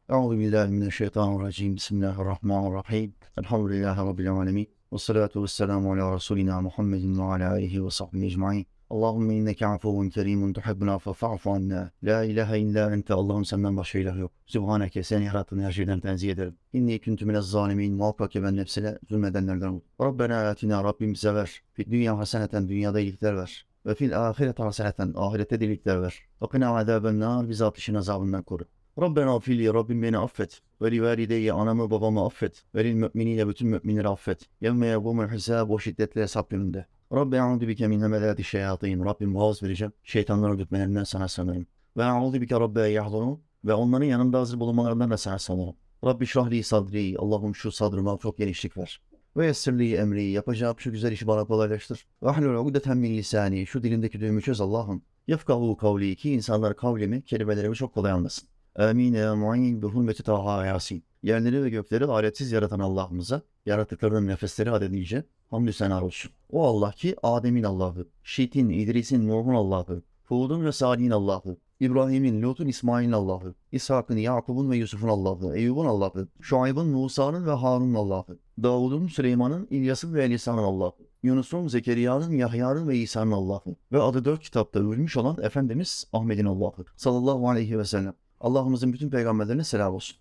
Euzubillahimineşşeytanirracim. Bismillahirrahmanirrahim. Elhamdülillahi Rabbil alemin. Ve salatu ve selamu ala Resulina Muhammedin ve ala alihi ve sahbihi ecmain. Allahümme inneke afuvun kerimun tuhibbul affe fa'fu anna. La ilahe illa ente. Allah'ım senden başka ilah yok. Sübhaneke, seni yarattığın her şeyden tenzih ederim. İnni küntü minez zalimin. Muhakkak ki ben nefsine zulmedenlerden oldum. Rabbena atina, Rabbim bize ver. Fid dünya haseneten, dünyada iyilikler ver. Ve fil ahirete haseneten, ahirette de iyilikler ver. Ve kına azaben nar, bizi ateşin azabından koru. Rabbena affili, Rabbim beni affet. Ve li valideyye, anamı babamı affet. Ve lil müminine, bütün müminleri affet. Yevme yevmul hisab, o şiddetli hesap gününde. Rabbi a'udu bike min hemelati şeyatin. Rabbim vaaz vereceğim. Şeytanların dürtmelerinden sana sığınırım. Ve a'udu bike Rabbi yahdurun. Ve onların yanında hazır bulunmalarından da sana sığınırım. Rabbi şrahli sadri. Allah'ım şu sadrıma çok genişlik ver. Ve yessirli emri. Yapacağım şu güzel işi bana kolaylaştır. Ve ahlul ugdeten min lisani. Şu dilimdeki düğümü çöz Allah'ım. Yefkahu kavli, ki insanlar kavlimi, kelimelerimi çok kolay anlasın. Amin ya mu'in bi hurmeti Taha Yasin. Yerleri ve gökleri aletsiz yaratan Allah'ımıza, yaratıklarının nefesleri adedince hamdü senar olsun. O Allah ki Adem'in Allah'ı, Şit'in, İdris'in, Nuh'un Allah'ı, Hud'un ve Salih'in Allah'ı, İbrahim'in, Lut'un, İsmail'in Allah'ı, İshak'ın, Yakub'un ve Yusuf'un Allah'ı, Eyyub'un Allah'ı, Şuayb'ın, Musa'nın ve Harun'un Allah'ı, Davud'un, Süleyman'ın, İlyas'ın ve Elisa'nın Allah'ı, Yunus'un, Zekeriya'nın, Yahya'nın ve İsa'nın Allah'ı ve adı 4 kitapta ölmüş olan Efendimiz Ahmet'in Allah'ı sallallahu aleyhi ve sellem. Allah'ımızın bütün peygamberlerine selam olsun.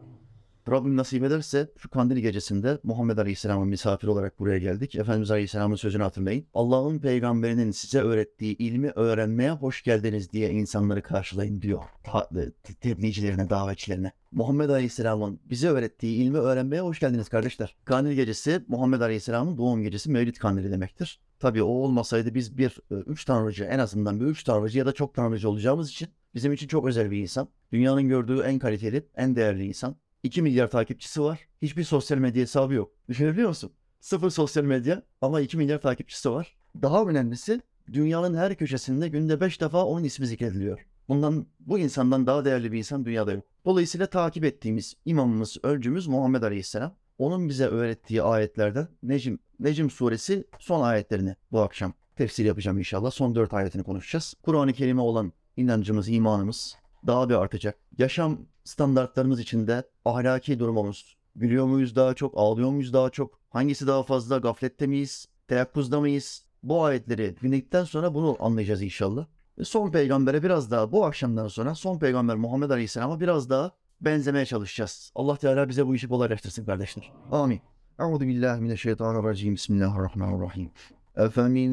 Rabbim nasip ederse şu kandil gecesinde Muhammed Aleyhisselam'ın misafir olarak buraya geldik. Efendimiz Aleyhisselam'ın sözünü hatırlayın. Allah'ın peygamberinin size öğrettiği ilmi öğrenmeye hoş geldiniz diye insanları karşılayın diyor. Tebliğcilerine, davetçilerine. Muhammed Aleyhisselam'ın bize öğrettiği ilmi öğrenmeye hoş geldiniz kardeşler. Kandil gecesi Muhammed Aleyhisselam'ın doğum gecesi, Mevlid kandili demektir. Tabii o olmasaydı biz üç tanrıcı, en azından bir üç tanrıcı ya da çok tanrıcı olacağımız için bizim için çok özel bir insan. Dünyanın gördüğü en kaliteli, en değerli insan. 2 milyar takipçisi var. Hiçbir sosyal medya hesabı yok. Düşünebiliyor musun? Sıfır sosyal medya ama 2 milyar takipçisi var. Daha önemlisi, dünyanın her köşesinde günde 5 defa onun ismi zikrediliyor. Bu insandan daha değerli bir insan dünyada yok. Dolayısıyla takip ettiğimiz imamımız, öncümüz Muhammed Aleyhisselam. Onun bize öğrettiği ayetlerden Necm suresi son ayetlerini bu akşam tefsir yapacağım inşallah. Son 4 ayetini konuşacağız. Kur'an-ı Kerim'e olan inancımız, imanımız daha bir artacak. Yaşam standartlarımız içinde ahlaki durumumuz, gülüyor muyuz daha çok, ağlıyor muyuz daha çok, hangisi daha fazla, gaflette miyiz, teyakkuzda mıyız? Bu ayetleri dinledikten sonra bunu anlayacağız inşallah. Ve son peygambere biraz daha, bu akşamdan sonra son peygamber Muhammed Aleyhisselam'a biraz daha benzemeye çalışacağız. Allah Teala bize bu işi kolaylaştırsın kardeşler. Amin. Euzubillahimineşşeytanirracim. Bismillahirrahmanirrahim. أفمن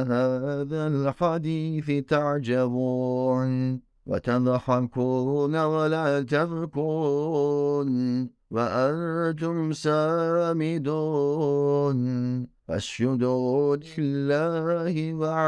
هذا الحديث تعجبون وتضحكون ولا تبكون وأنتم سامدون فاسجدوا لله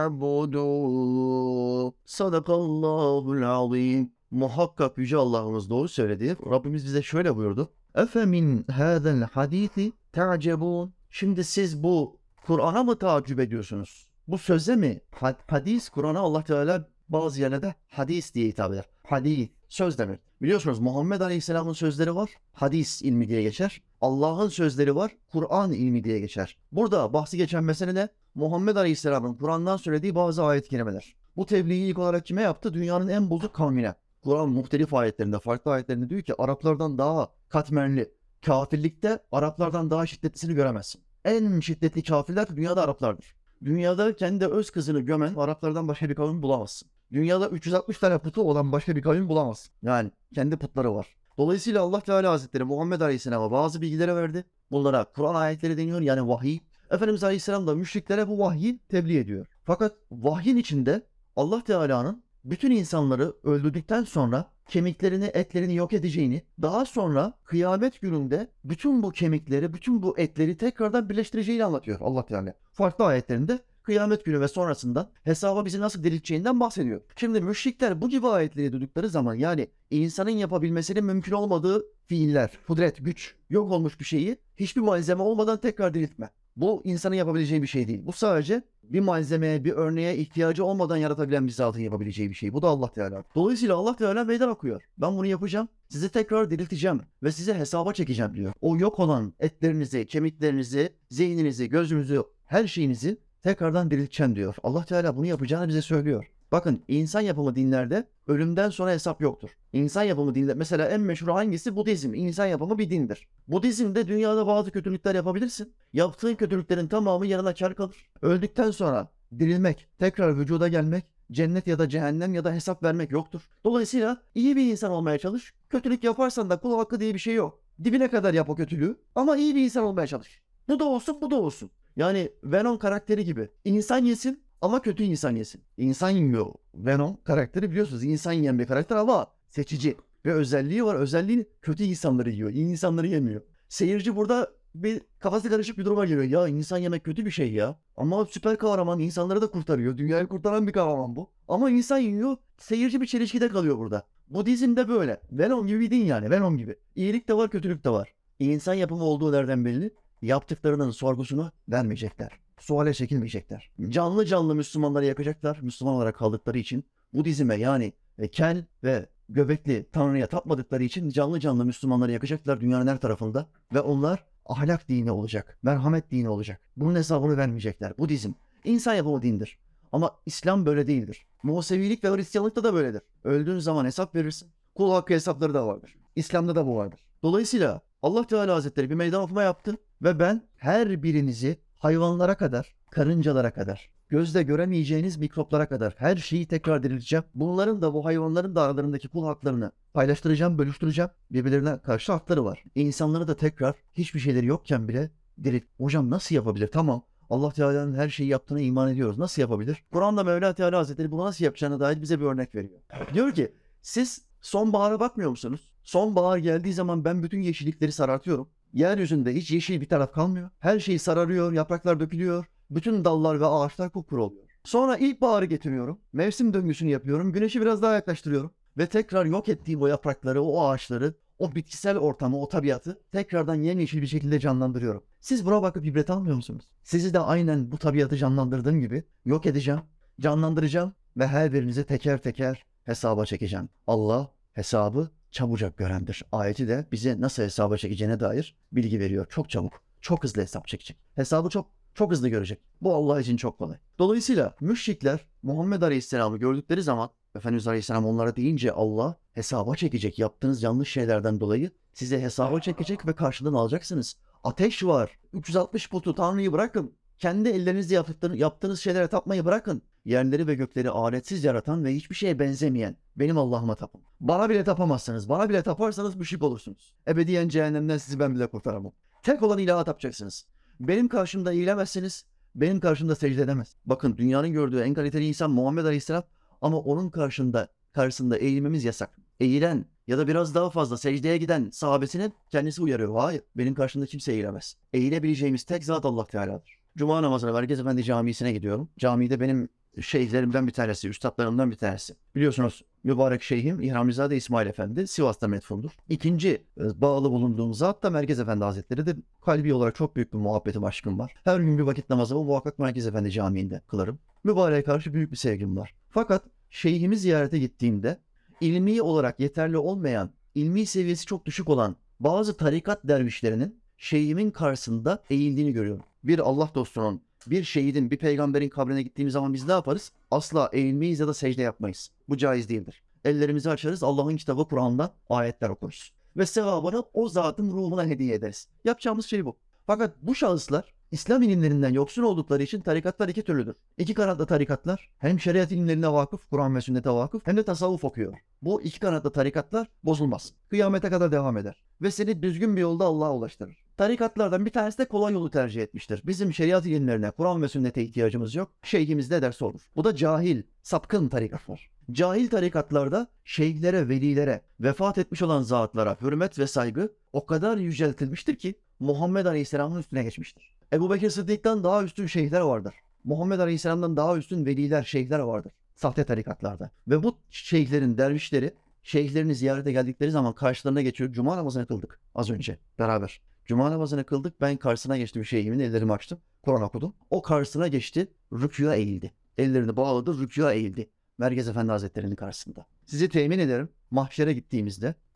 واعبدوا صدق الله العظيم. Muhakkak Yüce Allah'ımız doğru söyledi. Rabbimiz bize şöyle buyurdu. Efemin hâzel hadîthi te'acebûn. Şimdi siz bu Kur'an'a mı taaccüp ediyorsunuz? Bu söze mi? Hadis, Kur'an'a Allah Teala bazı yerlerde hadis diye hitap eder. Hadis, söz demek. Biliyorsunuz Muhammed Aleyhisselam'ın sözleri var, hadis ilmi diye geçer. Allah'ın sözleri var, Kur'an ilmi diye geçer. Burada bahsi geçen mesele ne? Muhammed Aleyhisselam'ın Kur'an'dan söylediği bazı ayet-i kerimeler. Bu tebliği ilk olarak kime yaptı? Dünyanın en bozuk kavmine. Kur'an muhtelif ayetlerinde, farklı ayetlerinde diyor ki Araplardan daha katmerli, kafirlikte Araplardan daha şiddetlisini göremezsin. En şiddetli kafirler dünyada Araplardır. Dünyada kendi öz kızını gömen Araplardan başka bir kavim bulamazsın. Dünyada 360 tane putu olan başka bir kavim bulamazsın. Yani kendi putları var. Dolayısıyla Allah Teala Hazretleri Muhammed Aleyhisselam'a bazı bilgilere verdi. Bunlara Kur'an ayetleri deniyor, yani vahiy. Efendimiz Aleyhisselam da müşriklere bu vahyi tebliğ ediyor. Fakat vahyin içinde Allah Teala'nın bütün insanları öldürdükten sonra kemiklerini, etlerini yok edeceğini, daha sonra kıyamet gününde bütün bu kemikleri, bütün bu etleri tekrardan birleştireceğini anlatıyor Allah Teala. Farklı ayetlerinde kıyamet günü ve sonrasında hesaba bizi nasıl dirilteceğinden bahsediyor. Şimdi müşrikler bu gibi ayetleri duydukları zaman, yani insanın yapabilmesinin mümkün olmadığı fiiller, kudret, güç, yok olmuş bir şeyi hiçbir malzeme olmadan tekrar diriltme. Bu insanın yapabileceği bir şey değil. Bu sadece bir malzemeye, bir örneğe ihtiyacı olmadan yaratabilen bir zatın yapabileceği bir şey. Bu da Allah Teala. Dolayısıyla Allah Teala meydan okuyor. Ben bunu yapacağım, sizi tekrar dirilteceğim ve size hesaba çekeceğim diyor. O yok olan etlerinizi, kemiklerinizi, zihninizi, gözünüzü, her şeyinizi tekrardan dirilteceğim diyor. Allah Teala bunu yapacağını bize söylüyor. Bakın insan yapımı dinlerde ölümden sonra hesap yoktur. İnsan yapımı dinler, mesela en meşhur hangisi? Budizm. İnsan yapımı bir dindir. Budizm'de dünyada bazı kötülükler yapabilirsin. Yaptığın kötülüklerin tamamı yarına kâr kalır. Öldükten sonra dirilmek, tekrar vücuda gelmek, cennet ya da cehennem ya da hesap vermek yoktur. Dolayısıyla iyi bir insan olmaya çalış. Kötülük yaparsan da kul hakkı diye bir şey yok. Dibine kadar yap o kötülüğü ama iyi bir insan olmaya çalış. Bu da olsun, bu da olsun. Yani Venom karakteri gibi. İnsan yesin ama kötü insan yesin. İnsan yiyor. Venom karakteri biliyorsunuz insan yiyen bir karakter ama seçici. Ve özelliği var. Özelliği kötü insanları yiyor. İyi insanları yemiyor. Seyirci burada bir kafası karışık bir duruma giriyor. Ya insan yemek kötü bir şey ya. Ama süper kahraman insanları da kurtarıyor. Dünyayı kurtaran bir kahraman bu. Ama insan yiyor. Seyirci bir çelişkide kalıyor burada. Budizm'de böyle. Venom gibi bir din yani. Venom gibi. İyilik de var, kötülük de var. İnsan yapımı olduğu nereden belli? Yaptıklarının sorgusunu vermeyecekler. Suale çekilmeyecekler. Canlı canlı Müslümanları yakacaklar. Müslüman olarak kaldıkları için Budizm'e yani kel ve göbekli Tanrı'ya tapmadıkları için canlı canlı Müslümanları yakacaklar dünyanın her tarafında. Ve onlar ahlak dini olacak. Merhamet dini olacak. Bunun hesabını vermeyecekler. Budizm insan yapımı dindir. Ama İslam böyle değildir. Musevilik ve Hristiyanlıkta da böyledir. Öldüğün zaman hesap verirsin. Kul hakkı hesapları da vardır. İslam'da da bu vardır. Dolayısıyla Allah Teala Hazretleri bir meydan okuma yaptı ve ben her birinizi hayvanlara kadar, karıncalara kadar, gözle göremeyeceğiniz mikroplara kadar her şeyi tekrar dirilteceğim. Bunların da bu hayvanların da aralarındaki kul haklarını paylaştıracağım, bölüştüreceğim. Birbirlerine karşı hakları var. İnsanları da tekrar hiçbir şeyleri yokken bile dirilt. Hocam nasıl yapabilir? Tamam. Allah Teala'nın her şeyi yaptığına iman ediyoruz. Nasıl yapabilir? Kur'an'da Mevla Teala Hazretleri bunu nasıl yapacağına dair bize bir örnek veriyor. Diyor ki siz sonbahara bakmıyor musunuz? Sonbahar geldiği zaman ben bütün yeşillikleri sarartıyorum. Yeryüzünde hiç yeşil bir taraf kalmıyor. Her şey sararıyor, yapraklar dökülüyor. Bütün dallar ve ağaçlar kupkuru oluyor. Sonra ilkbaharı getiriyorum. Mevsim döngüsünü yapıyorum. Güneşi biraz daha yaklaştırıyorum. Ve tekrar yok ettiğim o yaprakları, o ağaçları, o bitkisel ortamı, o tabiatı tekrardan yemyeşil bir şekilde canlandırıyorum. Siz buna bakıp ibret almıyor musunuz? Sizi de aynen bu tabiatı canlandırdığım gibi yok edeceğim, canlandıracağım ve her birinizi teker teker hesaba çekeceğim. Allah hesabı çabucak görendir. Ayeti de bize nasıl hesaba çekeceğine dair bilgi veriyor. Çok çabuk, çok hızlı hesap çekecek. Hesabı çok hızlı görecek. Bu Allah için çok kolay. Dolayısıyla müşrikler Muhammed Aleyhisselam'ı gördükleri zaman Efendimiz Aleyhisselam onlara deyince Allah hesaba çekecek. Yaptığınız yanlış şeylerden dolayı size hesaba çekecek ve karşılığını alacaksınız. Ateş var. 360 putu Tanrı'yı bırakın. Kendi ellerinizle yaptığınız şeylere tapmayı bırakın. Yerleri ve gökleri aletsiz yaratan ve hiçbir şeye benzemeyen benim Allah'ıma tapın. Bana bile tapamazsınız. Bana bile taparsanız müşrik olursunuz. Ebediyen cehennemden sizi ben bile kurtaramam. Tek olan ilaha tapacaksınız. Benim karşımda eğilemezsiniz. Benim karşımda secde edemez. Bakın dünyanın gördüğü en kaliteli insan Muhammed Aleyhisselam ama onun karşısında eğilmemiz yasak. Eğilen ya da biraz daha fazla secdeye giden sahabesinin kendisi uyarıyor. Hayır, benim karşımda kimse eğilemez. Eğilebileceğimiz tek zat Allah Teala'dır. Cuma namazına Merkez Efendi Camisi'ne gidiyorum. Camide benim şeyhlerimden bir tanesi, üstadlarımdan bir tanesi. Biliyorsunuz mübarek şeyhim İhramizade İsmail Efendi Sivas'ta metfundur. İkinci bağlı bulunduğum zat da Merkez Efendi Hazretleri'dir. Kalbi olarak çok büyük bir muhabbetim, aşkım var. Her gün bir vakit namazımı muhakkak Merkez Efendi Camii'nde kılarım. Mübareğe karşı büyük bir sevgim var. Fakat şeyhimi ziyarete gittiğimde ilmi olarak yeterli olmayan, ilmi seviyesi çok düşük olan bazı tarikat dervişlerinin şeyhimin karşısında eğildiğini görüyorum. Bir Allah dostunun, bir şehidin, bir peygamberin kabrine gittiğimiz zaman biz ne yaparız? Asla eğilmeyiz ya da secde yapmayız. Bu caiz değildir. Ellerimizi açarız, Allah'ın kitabı Kur'an'dan ayetler okuruz. Ve sevabını o zatın ruhuna hediye ederiz. Yapacağımız şey bu. Fakat bu şahıslar İslam ilimlerinden yoksun oldukları için tarikatlar iki türlüdür. İki kanatlı tarikatlar hem şeriat ilimlerine vakıf, Kur'an ve sünnete vakıf hem de tasavvuf okuyor. Bu iki kanatlı tarikatlar bozulmaz. Kıyamete kadar devam eder. Ve seni düzgün bir yolda Allah'a ulaştırır. Tarikatlardan bir tanesi de kolay yolu tercih etmiştir. Bizim şeriat ilimlerine, Kur'an ve sünnete ihtiyacımız yok. Şeyhimiz ne derse olur. Bu da cahil, sapkın tarikatlar. Cahil tarikatlarda şeyhlere, velilere, vefat etmiş olan zatlara hürmet ve saygı o kadar yüceltilmiştir ki Muhammed Aleyhisselam'ın üstüne geçmiştir. Ebu Bekir Sıddık'tan daha üstün şeyhler vardır. Muhammed Aleyhisselam'dan daha üstün veliler, şeyhler vardır. Sahte tarikatlarda. Ve bu şeyhlerin, dervişleri, şeyhlerini ziyarete geldikleri zaman karşılarına geçiyor. Cuma namazını kıldık az önce beraber. Cuma namazını kıldık. Ben karşısına geçtim şeyhimin, ellerimi açtım. Kur'an okudum. O karşısına geçti. Rükûya eğildi. Ellerini bağladı, rükûya eğildi. Merkez Efendi Hazretleri'nin karşısında. Sizi temin ederim. Mahşere gittiğimizde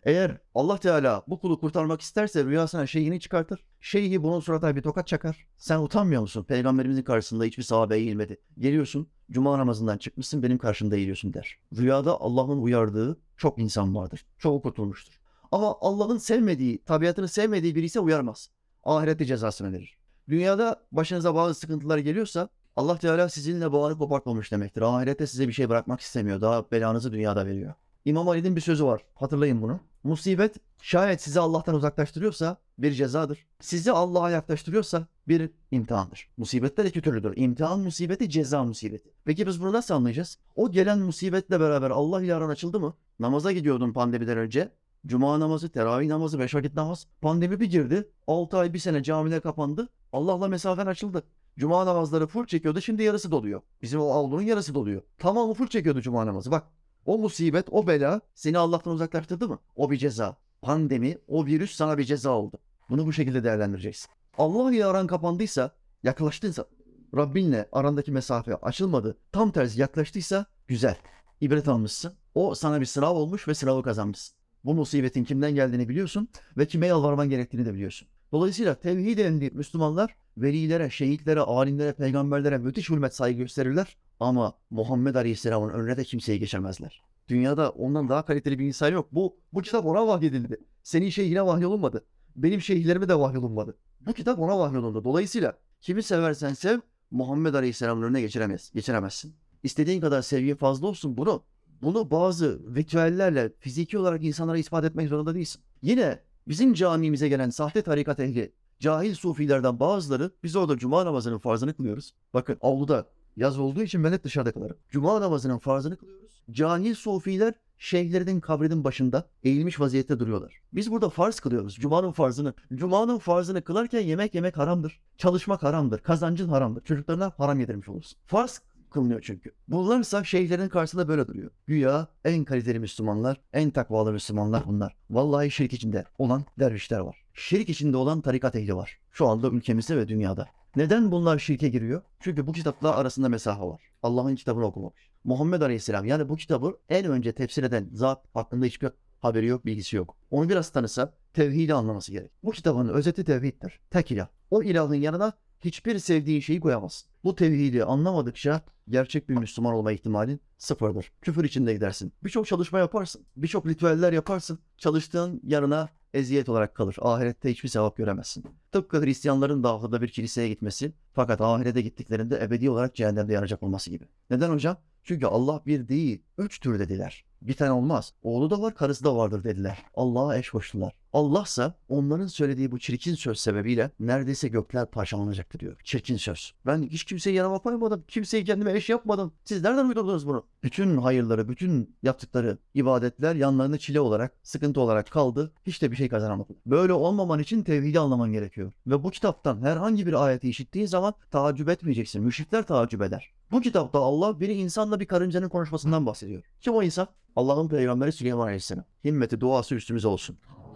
Eğer Allah Teala bu kulu kurtarmak isterse rüyasına şeyhini çıkartır. Şeyhi bunun suratına bir tokat çakar. Sen utanmıyor musun? Peygamberimizin karşısında hiçbir sahabe eğilmedi. Geliyorsun, cuma namazından çıkmışsın, benim karşımda eğiliyorsun der. Rüyada Allah'ın uyardığı çok insan vardır. Çoğu kurtulmuştur. Ama Allah'ın sevmediği, tabiatını sevmediği biri ise uyarmaz. Ahirette cezasını verir. Dünyada başınıza bazı sıkıntılar geliyorsa Allah Teala sizinle bağını kopartmamış demektir. Ahirette size bir şey bırakmak istemiyor. Daha belanızı dünyada veriyor. İmam Ali'nin bir sözü var. Hatırlayın bunu. Musibet şayet sizi Allah'tan uzaklaştırıyorsa bir cezadır. Sizi Allah'a yaklaştırıyorsa bir imtihandır. Musibetler iki türlüdür. İmtihan musibeti, ceza musibeti. Peki biz bunu nasıl anlayacağız? O gelen musibetle beraber Allah ile aran açıldı mı? Namaza gidiyordun pandemiden önce. Cuma namazı, teravih namazı, 5 vakit namaz. Pandemi bir girdi. 6 ay, bir sene camiler kapandı. Allah'la mesafen açıldı. Cuma namazları full çekiyordu. Şimdi yarısı doluyor. Bizim o avlunun yarısı doluyor. Tamamı full çekiyordu cuma namazı. Bak. O musibet, o bela seni Allah'tan uzaklaştırdı mı? O bir ceza. Pandemi, o virüs sana bir ceza oldu. Bunu bu şekilde değerlendireceksin. Allah ile aran kapandıysa, yaklaştıysa, Rabbinle arandaki mesafe açılmadı, tam tersi yaklaştıysa güzel. İbret almışsın. O sana bir sınav olmuş ve sınavı kazanmışsın. Bu musibetin kimden geldiğini biliyorsun ve kime yalvarman gerektiğini de biliyorsun. Dolayısıyla tevhid ehli Müslümanlar velilere, şehitlere, alimlere, peygamberlere müthiş hürmet, saygı gösterirler. Ama Muhammed Aleyhisselam'ın önüne de kimseyi geçemezler. Dünyada ondan daha kaliteli bir insan yok. Bu kitap ona vahyedildi. Senin şeyhine vahyolunmadı. Benim şeyhlerime de vahyolunmadı. Bu kitap ona vahyolundu. Dolayısıyla kimi seversen sev, Muhammed Aleyhisselam'ın önüne geçiremezsin. İstediğin kadar sevgi fazla olsun, bunu bazı ritüellerle fiziki olarak insanlara ispat etmek zorunda değilsin. Yine bizim camimize gelen sahte tarikat ehli, cahil sufilerden bazıları, biz orada cuma namazının farzını kılıyoruz. Bakın avluda yaz olduğu için ben hep dışarıda kalarım. Cuma namazının farzını kılıyoruz. Cahil sufiler şeyhlerinin kabrinin başında eğilmiş vaziyette duruyorlar. Biz burada farz kılıyoruz. Cuma'nın farzını. Cuma'nın farzını kılarken yemek haramdır. Çalışmak haramdır. Kazancın haramdır. Çocuklarına haram yedirmiş olursun. Farz kılınıyor çünkü. Bunlarsa şeyhlerin karşısında böyle duruyor. Güya en kaliteli Müslümanlar, en takvalı Müslümanlar bunlar. Vallahi şirk içinde olan dervişler var. Şirk içinde olan tarikat ehli var. Şu anda ülkemizde ve dünyada. Neden bunlar şirke giriyor? Çünkü bu kitaplar arasında mesafe var. Allah'ın kitabını okumamış. Muhammed Aleyhisselam, yani bu kitabı en önce tefsir eden zat hakkında hiçbir haberi yok, bilgisi yok. Onu biraz tanısa tevhidi anlaması gerek. Bu kitabın özeti tevhiddir. Tek ilah. O ilahın yanına hiçbir sevdiğin şeyi koyamazsın. Bu tevhidi anlamadıkça gerçek bir Müslüman olma ihtimalin sıfırdır. Küfür içinde gidersin. Birçok çalışma yaparsın. Birçok ritüeller yaparsın. Çalıştığın yanına eziyet olarak kalır. Ahirette hiçbir sevap göremezsin. Tıpkı Hristiyanların da haftada bir kiliseye gitmesi, fakat ahirete gittiklerinde ebedi olarak cehennemde yanacak olması gibi. Neden hocam? Çünkü Allah bir değil, 3 tür dediler. Bir tane olmaz. Oğlu da var, karısı da vardır dediler. Allah'a eş koştular. Allah'sa onların söylediği bu çirkin söz sebebiyle neredeyse gökler parçalanacaktır diyor. Çirkin söz. Ben hiç kimseyi yanıma koymadım. Kimseyi kendime eş yapmadım. Siz nereden uydurdunuz bunu? Bütün hayırları, bütün yaptıkları ibadetler yanlarında çile olarak, sıkıntı olarak kaldı. Hiç de bir şey kazanamadı. Böyle olmaman için tevhidi anlaman gerekiyor. Ve bu kitaptan herhangi bir ayeti işittiğin zaman taaccüp etmeyeceksin. Müşrikler taaccüp eder. Bu kitapta Allah bir insanla bir karıncanın konuşmasından bahsediyor. Kim o insan? Allah'ın peygamberi Süleyman Aleyhisselam. Himmeti, duası üstümüze olsun.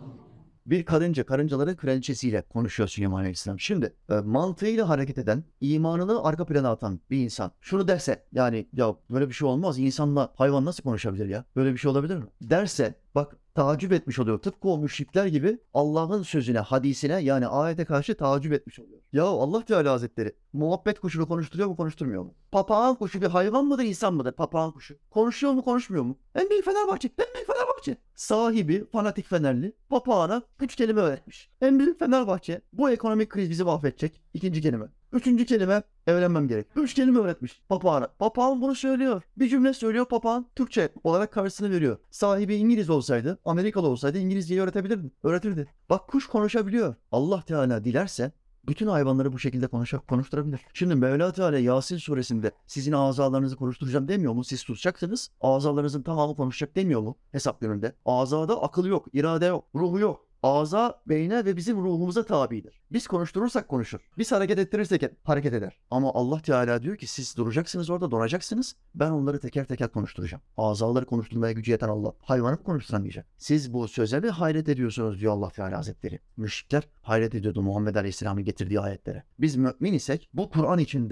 Bir karıncaların kraliçesiyle konuşuyor Süleyman Aleyhisselam. Şimdi mantığıyla hareket eden, imanını arka plana atan bir insan şunu derse, yani ya böyle bir şey olmaz, insanla hayvan nasıl konuşabilir ya? Böyle bir şey olabilir mi? Derse bak taaccüp etmiş oluyor. Tıpkı o müşrikler gibi Allah'ın sözüne, hadisine, yani ayete karşı taaccüp etmiş oluyor. Ya Allah Teala Hazretleri muhabbet kuşunu konuşturuyor mu, konuşturmuyor mu? Papağan kuşu bir hayvan mıdır, insan mıdır? Papağan kuşu. Konuşuyor mu, konuşmuyor mu? En büyük Fenerbahçe. En büyük Fenerbahçe. Sahibi fanatik Fenerli papağana 3 kelime öğretmiş. En büyük Fenerbahçe. Bu ekonomik kriz bizi mahvedecek. 2. kelime. 3. kelime evlenmem gerek. 3 kelime öğretmiş papağana. Papağan bunu söylüyor. Bir cümle söylüyor, papağan Türkçe olarak karşısını veriyor. Sahibi İngiliz olsaydı, Amerikalı olsaydı İngilizceyi öğretebilirdi. Öğretirdi. Bak kuş konuşabiliyor. Allah Teala dilerse bütün hayvanları bu şekilde konuşturabilir. Şimdi Mevla Teala Yasin suresinde sizin azalarınızı konuşturacağım demiyor mu? Siz tutacaksınız. Azalarınızın tamamı konuşacak demiyor mu? Hesap yönünde. Azada akıl yok, irade yok, ruhu yok. Ağza, beyne ve bizim ruhumuza tabidir. Biz konuşturursak konuşur. Biz hareket ettirirsek hareket eder. Ama Allah Teala diyor ki siz duracaksınız orada, donacaksınız. Ben onları teker teker konuşturacağım. Azaları konuşturmaya gücü yeten Allah. Hayvanı konuşturamayacak. Siz bu söze mi hayret ediyorsunuz diyor Allah Teala Hazretleri. Müşrikler hayret ediyordu Muhammed Aleyhisselam'ın getirdiği ayetlere. Biz mümin isek bu Kur'an içinde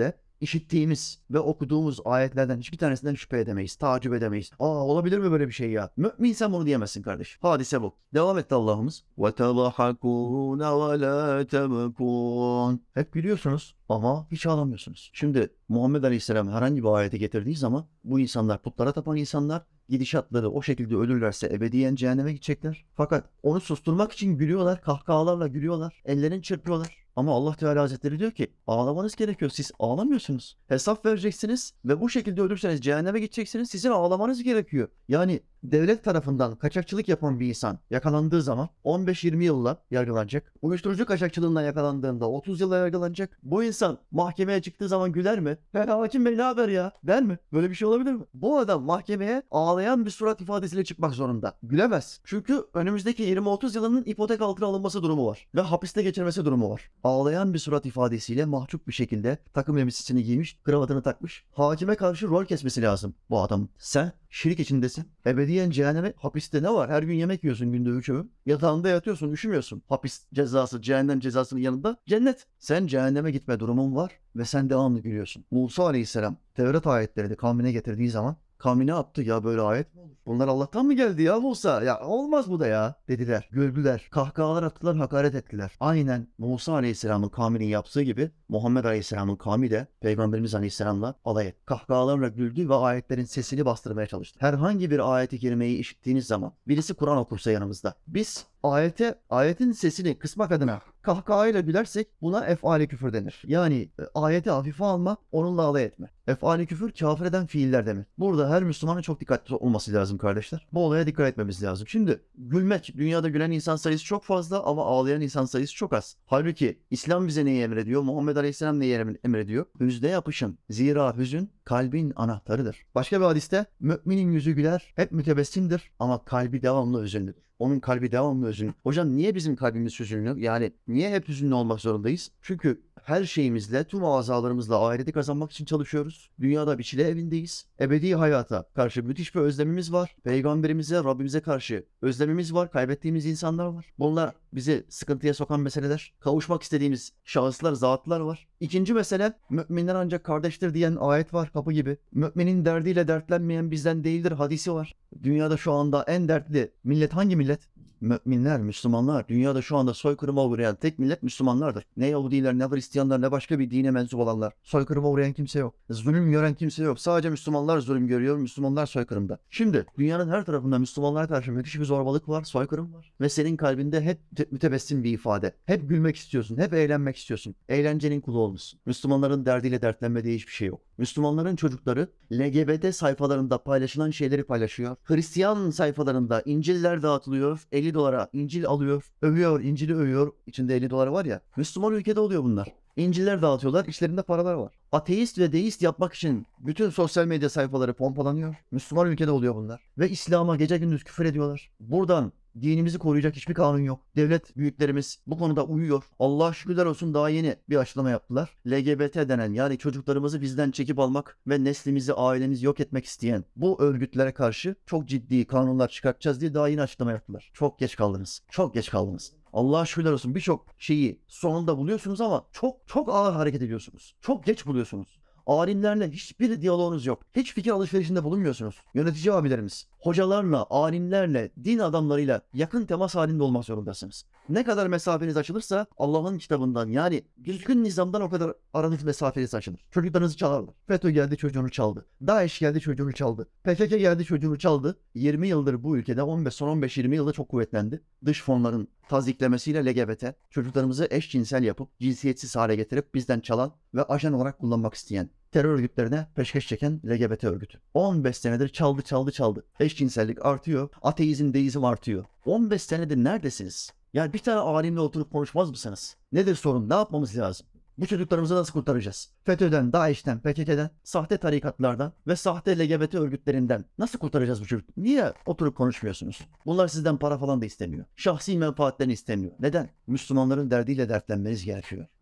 işittiğimiz ve okuduğumuz ayetlerden hiçbir tanesinden şüphe edemeyiz, tacip edemeyiz. Olabilir mi böyle bir şey ya? Müminsen bunu diyemezsin kardeş. Hadise bu. Devam etti Allah'ımız. وَتَضَحَكُونَ وَلَا تَبَكُونَ. Hep gülüyorsunuz ama hiç ağlamıyorsunuz. Şimdi Muhammed Aleyhisselam herhangi bir ayeti getirdiği zaman bu insanlar, putlara tapan insanlar, gidişatları o şekilde ölürlerse ebediyen cehenneme gidecekler. Fakat onu susturmak için gülüyorlar, kahkahalarla gülüyorlar, ellerini çırpıyorlar. Ama Allah Teala Hazretleri diyor ki ağlamanız gerekiyor. Siz ağlamıyorsunuz. Hesap vereceksiniz ve bu şekilde ölürseniz cehenneme gideceksiniz. Sizin ağlamanız gerekiyor. Yani devlet tarafından kaçakçılık yapan bir insan yakalandığı zaman 15-20 yılla yargılanacak. Uyuşturucu kaçakçılığından yakalandığında 30 yılla yargılanacak. Bu insan mahkemeye çıktığı zaman güler mi? Hakim bey ne haber ya? Der mi? Böyle bir şey olabilir mi? Bu adam mahkemeye ağlayan bir surat ifadesiyle çıkmak zorunda. Gülemez. Çünkü önümüzdeki 20-30 yılının ipotek altına alınması durumu var. Ve hapiste geçirmesi durumu var. Ağlayan bir surat ifadesiyle mahcup bir şekilde takım elbisesini giymiş, kravatını takmış. Hakime karşı rol kesmesi lazım bu adam. Sen şirk içindesin. Ebediyen cehenneme, hapiste ne var? Her gün yemek yiyorsun günde 3 öğün. Yatağında yatıyorsun, üşümüyorsun. Hapis cezası, cehennem cezasının yanında cennet. Sen cehenneme gitme durumun var ve sen devamlı gülüyorsun. Musa Aleyhisselam Tevrat ayetlerini kavmine getirdiği zaman kavmi ne yaptı? Ya böyle ayet mi olur? Bunlar Allah'tan mı geldi ya Musa? Ya olmaz bu da ya dediler. Güldüler. Kahkahalar attılar, hakaret ettiler. Aynen Musa Aleyhisselam'ın kavminin yaptığı gibi Muhammed Aleyhisselam'ın kavmi de Peygamberimiz Aleyhisselam'la alay etti. Kahkahalarla güldü ve ayetlerin sesini bastırmaya çalıştı. Herhangi bir ayeti kerimeyi işittiğiniz zaman birisi Kur'an okursa yanımızda biz ayetin sesini kısmak adına kahkahayla gülersek buna efali küfür denir. Yani ayeti hafife alma, onunla alay etme. Efali küfür kafir eden fiiller demek. Burada her Müslümanın çok dikkatli olması lazım kardeşler. Bu olaya dikkat etmemiz lazım. Şimdi gülmek, dünyada gülen insan sayısı çok fazla ama ağlayan insan sayısı çok az. Halbuki İslam bize neyi emrediyor? Muhammed Aleyhisselam neyi emrediyor? Hüzne yapışın. Zira hüzün kalbin anahtarıdır. Başka bir hadiste müminin yüzü güler, hep mütebessimdir ama kalbi devamlı hüzünlüdür. Onun kalbi devamlı hüzünlü. Hocam niye bizim kalbimiz hüzünlü? Yani niye hep hüzünlü olmak zorundayız? Çünkü her şeyimizle, tüm azalarımızla ahireti kazanmak için çalışıyoruz. Dünyada bir çile evindeyiz. Ebedi hayata karşı müthiş bir özlemimiz var. Peygamberimize, Rabbimize karşı özlemimiz var. Kaybettiğimiz insanlar var. Bunlar bizi sıkıntıya sokan meseleler. Kavuşmak istediğimiz şahıslar, zatlar var. İkinci mesele, müminler ancak kardeştir diyen ayet var kapı gibi. Müminin derdiyle dertlenmeyen bizden değildir hadisi var. Dünyada şu anda en dertli millet hangi millet? Müminler, Müslümanlar. Dünyada şu anda soykırıma uğrayan tek millet Müslümanlardır. Ne Yahudiler, ne Hristiyanlar, ne başka bir dine mensup olanlar. Soykırıma uğrayan kimse yok. Zulüm gören kimse yok. Sadece Müslümanlar zulüm görüyor, Müslümanlar soykırımda. Şimdi dünyanın her tarafında Müslümanlara karşı müthiş bir zorbalık var, soykırım var. Ve senin kalbinde hep mütebessim bir ifade. Hep gülmek istiyorsun, hep eğlenmek istiyorsun. Eğlencenin kulu olmuşsun. Müslümanların derdiyle dertlenmediği hiçbir şey yok. Müslümanların çocukları LGBT sayfalarında paylaşılan şeyleri paylaşıyor. Hristiyan sayfalarında İncil'ler dağıtılıyor. 50 dolara İncil alıyor, övüyor, İncil'i övüyor. İçinde 50 doları var ya. Müslüman ülkede oluyor bunlar. İncil'ler dağıtıyorlar, içlerinde paralar var. Ateist ve deist yapmak için bütün sosyal medya sayfaları pompalanıyor. Müslüman ülkede oluyor bunlar. Ve İslam'a gece gündüz küfür ediyorlar. Buradan dinimizi koruyacak hiçbir kanun yok. Devlet büyüklerimiz bu konuda uyuyor. Allah şükürler olsun daha yeni bir açıklama yaptılar. LGBT denen yani çocuklarımızı bizden çekip almak ve neslimizi, ailemizi yok etmek isteyen bu örgütlere karşı çok ciddi kanunlar çıkartacağız diye daha yeni açıklama yaptılar. Çok geç kaldınız. Çok geç kaldınız. Allah'a şükürler olsun birçok şeyi sonunda buluyorsunuz ama çok ağır hareket ediyorsunuz. Çok geç buluyorsunuz. Alimlerle hiçbir diyaloğunuz yok. Hiç fikir alışverişinde bulunmuyorsunuz. Yönetici abilerimiz, hocalarla, alimlerle, din adamlarıyla yakın temas halinde olmak zorundasınız. Ne kadar mesafeniz açılırsa Allah'ın kitabından yani düzgün nizamdan o kadar aranız mesafeniz açılır. Çocuklarınızı çalarlar. FETÖ geldi çocuğunu çaldı. DAEŞ geldi çocuğunu çaldı. PKK geldi çocuğunu çaldı. 20 yıldır bu ülkede son 15-20 yılda çok kuvvetlendi. Dış fonların taziklemesiyle LGBT çocuklarımızı eşcinsel yapıp cinsiyetsiz hale getirip bizden çalan ve ajan olarak kullanmak isteyen terör örgütlerine peşkeş çeken LGBT örgütü. 15 senedir çaldı. Eşcinsellik artıyor, ateizm, deizm artıyor. 15 senedir neredesiniz? Yani bir tane alimle oturup konuşmaz mısınız? Nedir sorun? Ne yapmamız lazım? Bu çocuklarımızı nasıl kurtaracağız? FETÖ'den, DAEŞ'ten, PKK'den, sahte tarikatlardan ve sahte LGBT örgütlerinden nasıl kurtaracağız bu çocuk? Niye oturup konuşmuyorsunuz? Bunlar sizden para falan da istemiyor. Şahsi menfaatlerini istemiyor. Neden? Müslümanların derdiyle dertlenmeniz gerekiyor.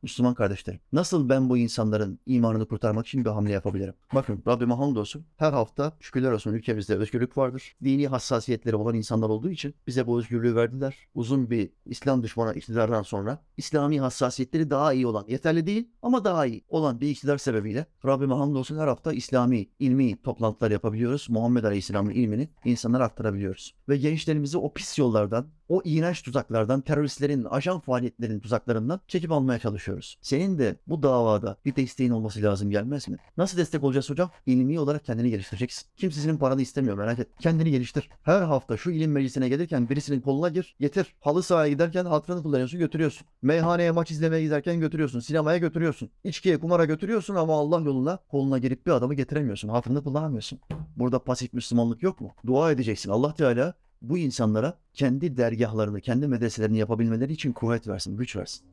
Müslüman kardeşlerim, nasıl ben bu insanların imanını kurtarmak için bir hamle yapabilirim? Bakın Rabbime hamdolsun, her hafta şükürler olsun ülkemizde özgürlük vardır. Dini hassasiyetleri olan insanlar olduğu için bize bu özgürlüğü verdiler. Uzun bir İslam düşmanı iktidardan sonra İslami hassasiyetleri daha iyi olan, yeterli değil ama daha iyi olan bir iktidar sebebiyle Rabbime hamdolsun her hafta İslami, ilmi toplantılar yapabiliyoruz. Muhammed Aleyhisselam'ın ilmini insanlara aktarabiliyoruz. Ve gençlerimizi o pis yollardan, o iğrenç tuzaklardan, teröristlerin, ajan faaliyetlerinin tuzaklarından çekip almaya çalışıyoruz. Senin de bu davada bir desteğin olması lazım, gelmez mi? Nasıl destek olacağız hocam? İlmi olarak kendini geliştireceksin. Kimse senin paranı istemiyor, merak et. Kendini geliştir. Her hafta şu ilim meclisine gelirken birisinin koluna gir, getir. Halı sahaya giderken hatırını kullanıyorsun, götürüyorsun. Meyhaneye maç izlemeye giderken götürüyorsun. Sinemaya götürüyorsun. İçkiye, kumara götürüyorsun ama Allah yoluna koluna girip bir adamı getiremiyorsun. Hatırını kullanamıyorsun. Burada pasif Müslümanlık yok mu? Dua edeceksin. Allah Teala bu insanlara kendi dergahlarını, kendi medreselerini yapabilmeleri için kuvvet versin, güç versin.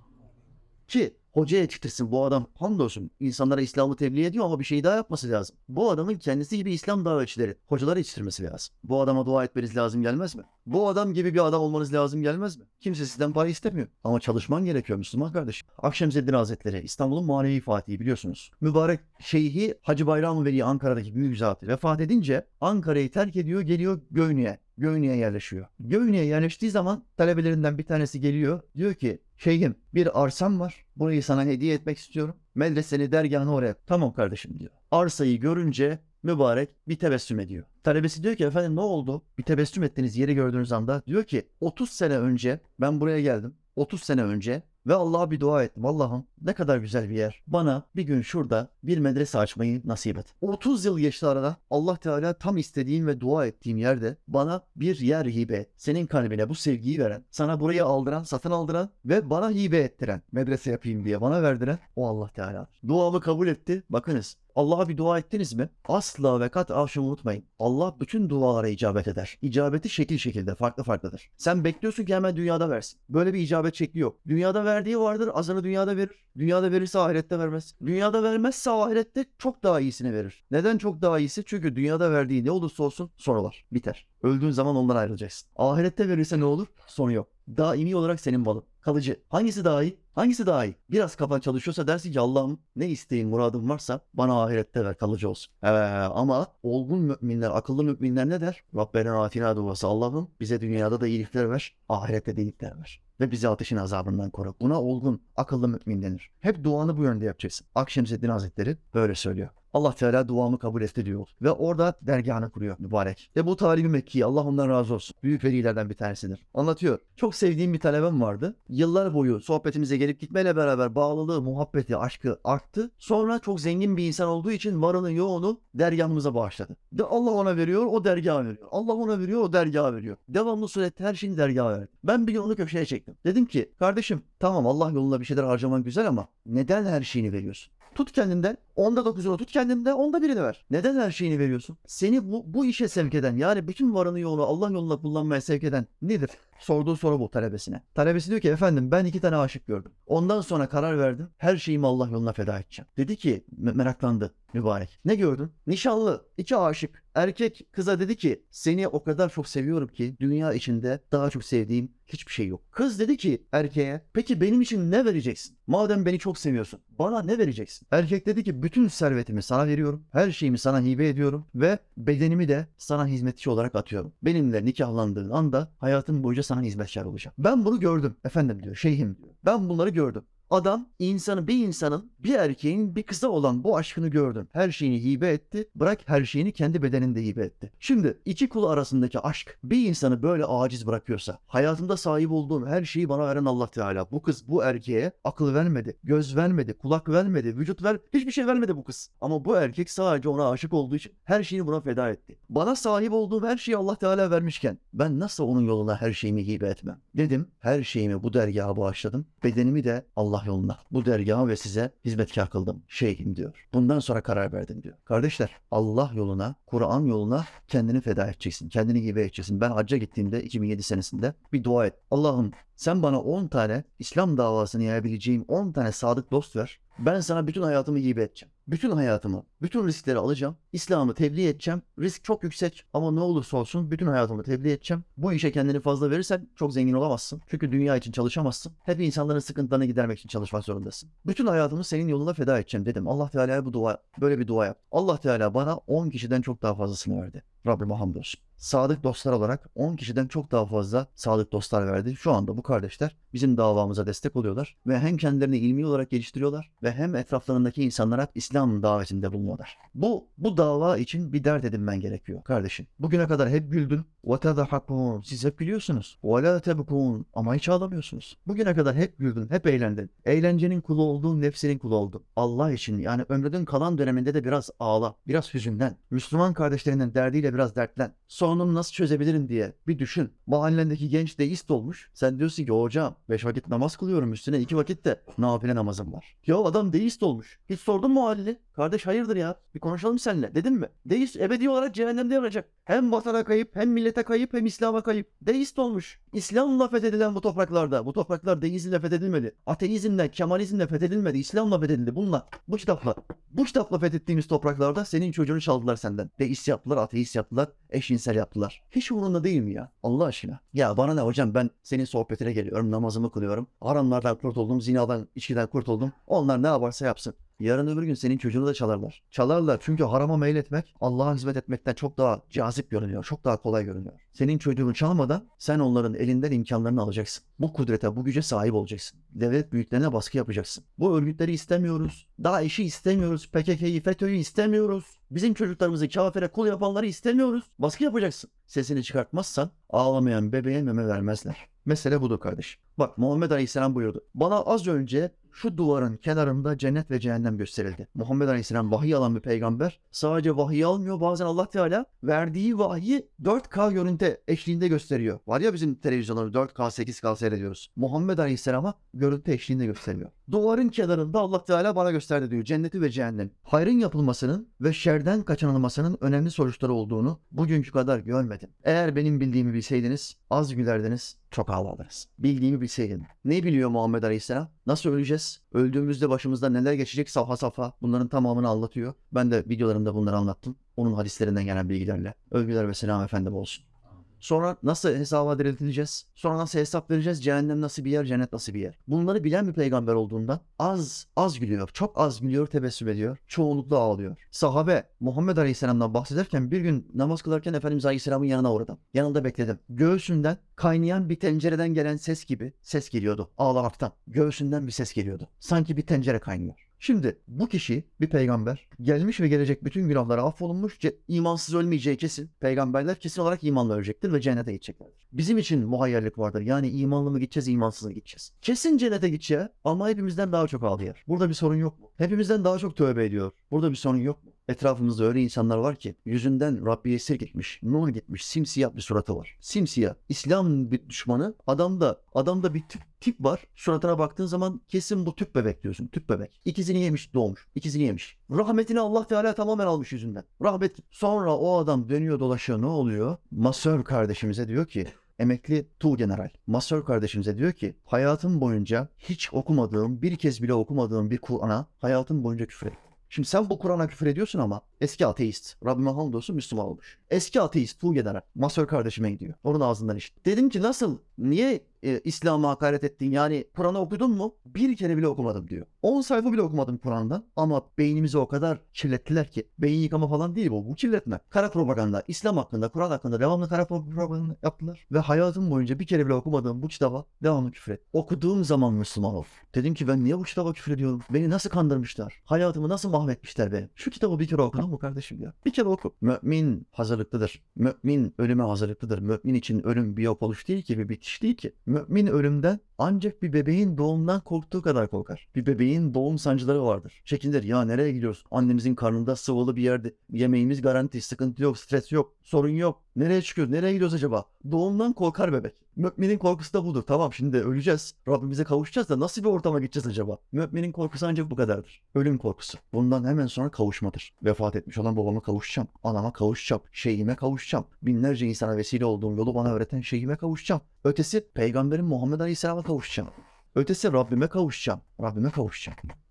Ki hoca yetiştirsin. Bu adam hamdolsun insanlara İslam'ı tebliğ ediyor ama bir şey daha yapması lazım. Bu adamın kendisi gibi İslam davetçileri, hocaları yetiştirmesi lazım. Bu adama dua etmeniz lazım, gelmez mi? Bu adam gibi bir adam olmanız lazım, gelmez mi? Kimse sizden para istemiyor. Ama çalışman gerekiyor Müslüman kardeşim. Akşemseddin Hazretleri, İstanbul'un manevi fatihi biliyorsunuz. Mübarek şeyhi Hacı Bayram Veli Ankara'daki büyük zatı vefat edince Ankara'yı terk ediyor, geliyor Göynü'ye. Göynü'ye yerleşiyor. Göynü'ye yerleştiği zaman talebelerinden bir tanesi geliyor. Diyor ki şeyhim bir arsam var. Burayı sana hediye etmek istiyorum. Medreseni, dergahını oraya. Tamam kardeşim diyor. Arsayı görünce mübarek bir tebessüm ediyor. Talebesi diyor ki efendim ne oldu? Bir tebessüm ettiğiniz yeri gördüğünüz anda diyor ki 30 sene önce ben buraya geldim. 30 sene önce ve Allah'a bir dua ettim. Allah'ım ne kadar güzel bir yer. Bana bir gün şurada bir medrese açmayı nasip et. 30 yıl geçti arada. Allah Teala tam istediğim ve dua ettiğim yerde bana bir yer hibe et. Senin kalbine bu sevgiyi veren, sana burayı aldıran, satın aldıran ve bana hibe ettiren, medrese yapayım diye bana verdiren o Allah Teala. Duamı kabul etti. Bakınız. Allah'a bir dua ettiniz mi? Asla ve kat'a şunu unutmayın. Allah bütün dualara icabet eder. İcabeti şekil şekilde, farklı farklıdır. Sen bekliyorsun ki hemen dünyada versin. Böyle bir icabet şekli yok. Dünyada verdiği vardır, azını dünyada verir. Dünyada verirse ahirette vermez. Dünyada vermezse ahirette çok daha iyisini verir. Neden çok daha iyisi? Çünkü dünyada verdiği ne olursa olsun sonu var. Biter. Öldüğün zaman ondan ayrılacaksın. Ahirette verirse ne olur? Sonu yok. Daimi olarak senin malın. Kalıcı. Hangisi daha iyi? Hangisi daha iyi? Biraz kafan çalışıyorsa dersin ki Allah'ım ne isteğin, muradın varsa bana ahirette ver, kalıcı olsun. Ama olgun müminler, akıllı müminler ne der? Rabbena atina duası. Allah'ım bize dünyada da iyilikler ver, ahirette de iyilikler ver. Ve bizi ateşin azabından koru. Buna olgun, akıllı mümin denir. Hep duanı bu yönde yapacaksın. Akşemseddin Hazretleri böyle söylüyor. Allah Teala duamı kabul etti diyor. Ve orada dergahını kuruyor mübarek. Ve bu talibi Mekki, Allah ondan razı olsun. Büyük velilerden bir tanesidir. Anlatıyor. Çok sevdiğim bir talebem vardı. Yıllar boyu sohbetimize gelip gitmeyle beraber bağlılığı, muhabbeti, aşkı arttı. Sonra çok zengin bir insan olduğu için varını yoğunu dergahımıza bağışladı. De Allah ona veriyor, o dergaha veriyor. Allah ona veriyor, o dergaha veriyor. Devamlı surette her şeyini dergaha verdi. Ben bir gün onu köşeye çektim. Dedim ki kardeşim tamam Allah yolunda bir şeyler harcaman güzel ama neden her şeyini veriyorsun? Tut kendinden, 9'unu tut kendinden, 1'ini ver. Neden her şeyini veriyorsun? Seni bu işe sevk eden, yani bütün varını yoğunu Allah yolunda kullanmaya sevk eden nedir? Sorduğu soru bu talebesine. Talebesi diyor ki efendim ben 2 tane aşık gördüm. Ondan sonra karar verdim. Her şeyimi Allah yoluna feda edeceğim. Dedi ki meraklandı mübarek. Ne gördün? Nişanlı 2 aşık. Erkek kıza dedi ki seni o kadar çok seviyorum ki dünya içinde daha çok sevdiğim hiçbir şey yok. Kız dedi ki erkeğe peki benim için ne vereceksin? Madem beni çok seviyorsun bana ne vereceksin? Erkek dedi ki bütün servetimi sana veriyorum. Her şeyimi sana hibe ediyorum ve bedenimi de sana hizmetçi olarak atıyorum. Benimle nikahlandığın anda hayatım boyunca sana hizmetkar olacağım. Ben bunu gördüm efendim diyor, şeyhim diyor. Ben bunları gördüm. Adam bir insanın bir erkeğin bir kıza olan bu aşkını gördüm. Her şeyini hibe etti. Bırak her şeyini kendi bedeninde hibe etti. Şimdi 2 kul arasındaki aşk bir insanı böyle aciz bırakıyorsa hayatımda sahip olduğum her şeyi bana veren Allah Teala. Bu kız bu erkeğe akıl vermedi, göz vermedi, kulak vermedi, vücut hiçbir şey vermedi bu kız. Ama bu erkek sadece ona aşık olduğu için her şeyini buna feda etti. Bana sahip olduğum her şeyi Allah Teala vermişken ben nasıl onun yoluna her şeyimi hibe etmem? Dedim her şeyimi bu dergaha bağışladım. Bedenimi de Allah yoluna, bu dergaha ve size hizmetkar kıldım. Şeyhim diyor. Bundan sonra karar verdim diyor. Kardeşler Allah yoluna, Kur'an yoluna kendini feda edeceksin. Kendini hibe edeceksin. Ben hacca gittiğimde 2007 senesinde bir dua et. Allah'ım sen bana 10 tane İslam davasını yayabileceğim 10 tane sadık dost ver. Ben sana bütün hayatımı hibe edeceğim. Bütün hayatımı, bütün riskleri alacağım. İslam'ı tebliğ edeceğim. Risk çok yüksek ama ne olursa olsun bütün hayatımı tebliğ edeceğim. Bu işe kendini fazla verirsen çok zengin olamazsın. Çünkü dünya için çalışamazsın. Hep insanların sıkıntılarını gidermek için çalışmak zorundasın. Bütün hayatımı senin yoluna feda edeceğim dedim. Allah Teala'ya böyle bir dua yap. Allah Teala bana 10 kişiden çok daha fazlasını verdi. Rabbime hamdolsun. Sadık dostlar olarak 10 kişiden çok daha fazla sadık dostlar verdi. Şu anda bu kardeşler bizim davamıza destek oluyorlar ve hem kendilerini ilmi olarak geliştiriyorlar ve hem etraflarındaki insanlara İslam davetinde bulunuyorlar. Bu dava için bir dert edinmen gerekiyor kardeşim. Bugüne kadar hep güldün. وَتَضَحَكُونَ Siz hep gülüyorsunuz. وَلَا تَبْكُونَ Ama hiç ağlamıyorsunuz. Bugüne kadar hep güldün, hep eğlendin. Eğlencenin kulu oldun, nefsinin kulu oldun. Allah için yani ömrünün kalan döneminde de biraz ağla, biraz hüzünlen. Müslüman kardeşlerinin derdiyle biraz dertlen. Sorunumu nasıl çözebilirim diye bir düşün. Mahallendeki genç deist olmuş. Sen diyorsun ki hocam 5 vakit namaz kılıyorum üstüne 2 vakit de nafile namazım var. Ya adam deist olmuş. Hiç sordun mu halini? Kardeş hayırdır ya? Bir konuşalım seninle. Dedin mi? Deist ebedi olarak cehennemde yanacak. Hem vatana kayıp, hem millete kayıp, hem İslam'a kayıp. Deist olmuş. İslam'la fethedilen bu topraklarda. Bu topraklar deizmle fethedilmedi. Ateizmle, Kemalizmle fethedilmedi. İslam'la fethedildi. Bununla. Bu kitapla fethettiğimiz topraklarda senin çocuğunu çaldılar senden. Deist yaptılar, ateist yaptılar, eşcinsel yaptılar. Hiç umurunda değil mi ya? Allah aşkına. Ya bana ne hocam, ben senin sohbetine geliyorum, namazımı kılıyorum. Haramlardan kurtuldum, zinadan, içkiden kurtuldum. Onlar ne yaparsa yapsın. Yarın öbür gün senin çocuğunu da çalarlar. Çalarlar çünkü harama meyletmek Allah'a hizmet etmekten çok daha cazip görünüyor. Çok daha kolay görünüyor. Senin çocuğunu çalmadan sen onların elinden imkanlarını alacaksın. Bu kudrete, bu güce sahip olacaksın. Devlet büyüklerine baskı yapacaksın. Bu örgütleri istemiyoruz. DAEŞ'i istemiyoruz. PKK'yı, FETÖ'yü istemiyoruz. Bizim çocuklarımızı kafire kul yapanları istemiyoruz. Baskı yapacaksın. Sesini çıkartmazsan ağlamayan bebeğe meme vermezler. Mesele budur kardeş. Bak Muhammed Aleyhisselam buyurdu. Bana az önce şu duvarın kenarında cennet ve cehennem gösterildi. Muhammed Aleyhisselam vahiy alan bir peygamber. Sadece vahiy almıyor. Bazen Allah Teala verdiği vahyi 4K görüntü eşliğinde gösteriyor. Var ya bizim televizyonları 4K 8K seyrediyoruz. Muhammed Aleyhisselam'a görüntü eşliğinde gösteriyor. Duvarın kenarında Allah Teala bana gösterdi diyor. Cenneti ve cehennem. Hayrın yapılmasının ve şerden kaçınılmasının önemli sonuçları olduğunu bugünkü kadar görmedim. Eğer benim bildiğimi bilseydiniz az gülerdiniz, çok ağlardınız. Bildiğimi bilseydin. Ne biliyor Muhammed Aleyhisselam? Nasıl öleceğiz? Öldüğümüzde başımızda neler geçecek safha safha. Bunların tamamını anlatıyor. Ben de videolarımda bunları anlattım. Onun hadislerinden gelen bilgilerle. Övgüler ve selam efendim olsun. Sonra nasıl hesaba diriltileceğiz? Sonra nasıl hesap vereceğiz? Cehennem nasıl bir yer, cennet nasıl bir yer? Bunları bilen bir peygamber olduğundan az gülüyor. Çok az gülüyor, tebessüm ediyor. Çoğunlukla ağlıyor. Sahabe Muhammed Aleyhisselam'dan bahsederken bir gün namaz kılarken Efendimiz Aleyhisselam'ın yanına uğradım. Yanında bekledim. Göğsünden kaynayan bir tencereden gelen ses gibi ses geliyordu ağlamaktan. Göğsünden bir ses geliyordu. Sanki bir tencere kaynıyor. Şimdi bu kişi bir peygamber, gelmiş ve gelecek bütün günahları affolunmuş, imansız ölmeyeceği kesin. Peygamberler kesin olarak imanla ölecektir ve cennete gideceklerdir. Bizim için muhayyerlik vardır. Yani imanlı mı gideceğiz, imansız mı gideceğiz? Kesin cennete gideceğiz ama hepimizden daha çok ağlıyor. Burada bir sorun yok mu? Hepimizden daha çok tövbe ediyor. Burada bir sorun yok mu? Etrafımızda öyle insanlar var ki yüzünden Rabbi esir gitmiş, nur gitmiş, simsiyah bir suratı var. Simsiyah. İslam bir düşmanı. Adamda bir tip var. Suratına baktığın zaman kesin bu tüp bebek diyorsun. Tüp bebek. İkizini yemiş, doğmuş. İkizini yemiş. Rahmetini Allah Teala tamamen almış yüzünden. Rahmet. Sonra o adam dönüyor dolaşıyor. Ne oluyor? Masör kardeşimize diyor ki, emekli Tuğgeneral Masör kardeşimize diyor ki, hayatım boyunca hiç okumadığım, bir kez bile okumadığım bir Kur'an'a hayatım boyunca küfür ettim. Şimdi sen bu Kur'an'a küfür ediyorsun ama eski ateist, Rabbime hamdolsun Müslüman olmuş. Eski ateist Tuğgeneral Masör kardeşime gidiyor. Onun ağzından işte. Dedim ki nasıl? Niye İslam'a hakaret ettin? Yani Kur'an'ı okudun mu? Bir kere bile okumadım diyor. 10 sayfa bile okumadım Kur'an'dan ama beynimizi o kadar kirlettiler ki. Beyin yıkama falan değil bu. Bu kirletme. Kara propaganda, İslam hakkında, Kur'an hakkında devamlı kara propaganda yaptılar. Ve hayatım boyunca bir kere bile okumadığım bu kitaba devamlı küfür et. Okuduğum zaman Müslüman ol. Dedim ki ben niye bu kitaba küfür ediyorum? Beni nasıl kandırmışlar? Hayatımı nasıl mahvetmişler benim? Şu kitabı bir kere okudun mu kardeşim ya? Bir kere oku. Mümin hazırlıklıdır. Mümin ölüme hazırlıklıdır. Mümin için ölüm bir yok oluş değil ki, bir bitiş değil ki. Mümin ölümden ancak bir bebeğin doğumdan korktuğu kadar korkar. Bir bebeğin doğum sancıları vardır. Çekinir. Ya nereye gidiyoruz? Annemizin karnında sıvılı bir yerde. Yemeğimiz garanti. Sıkıntı yok. Stres yok. Sorun yok. Nereye çıkıyoruz? Nereye gidiyoruz acaba? Doğumdan korkar bebek. Müminin korkusu da budur. Tamam şimdi öleceğiz. Rabbimize kavuşacağız da nasıl bir ortama gideceğiz acaba? Müminin korkusu ancak bu kadardır. Ölüm korkusu. Bundan hemen sonra kavuşmadır. Vefat etmiş olan babama kavuşacağım. Anama kavuşacağım. Şeyhime kavuşacağım. Binlerce insana vesile olduğum yolu bana öğreten şeyhime kavuşacağım. Ötesi Peygamberin Muhammed Aleyhisselam'a kavuşacağım. Ötesi Rabbime kavuşacağım. Rabbime kavuşacağım.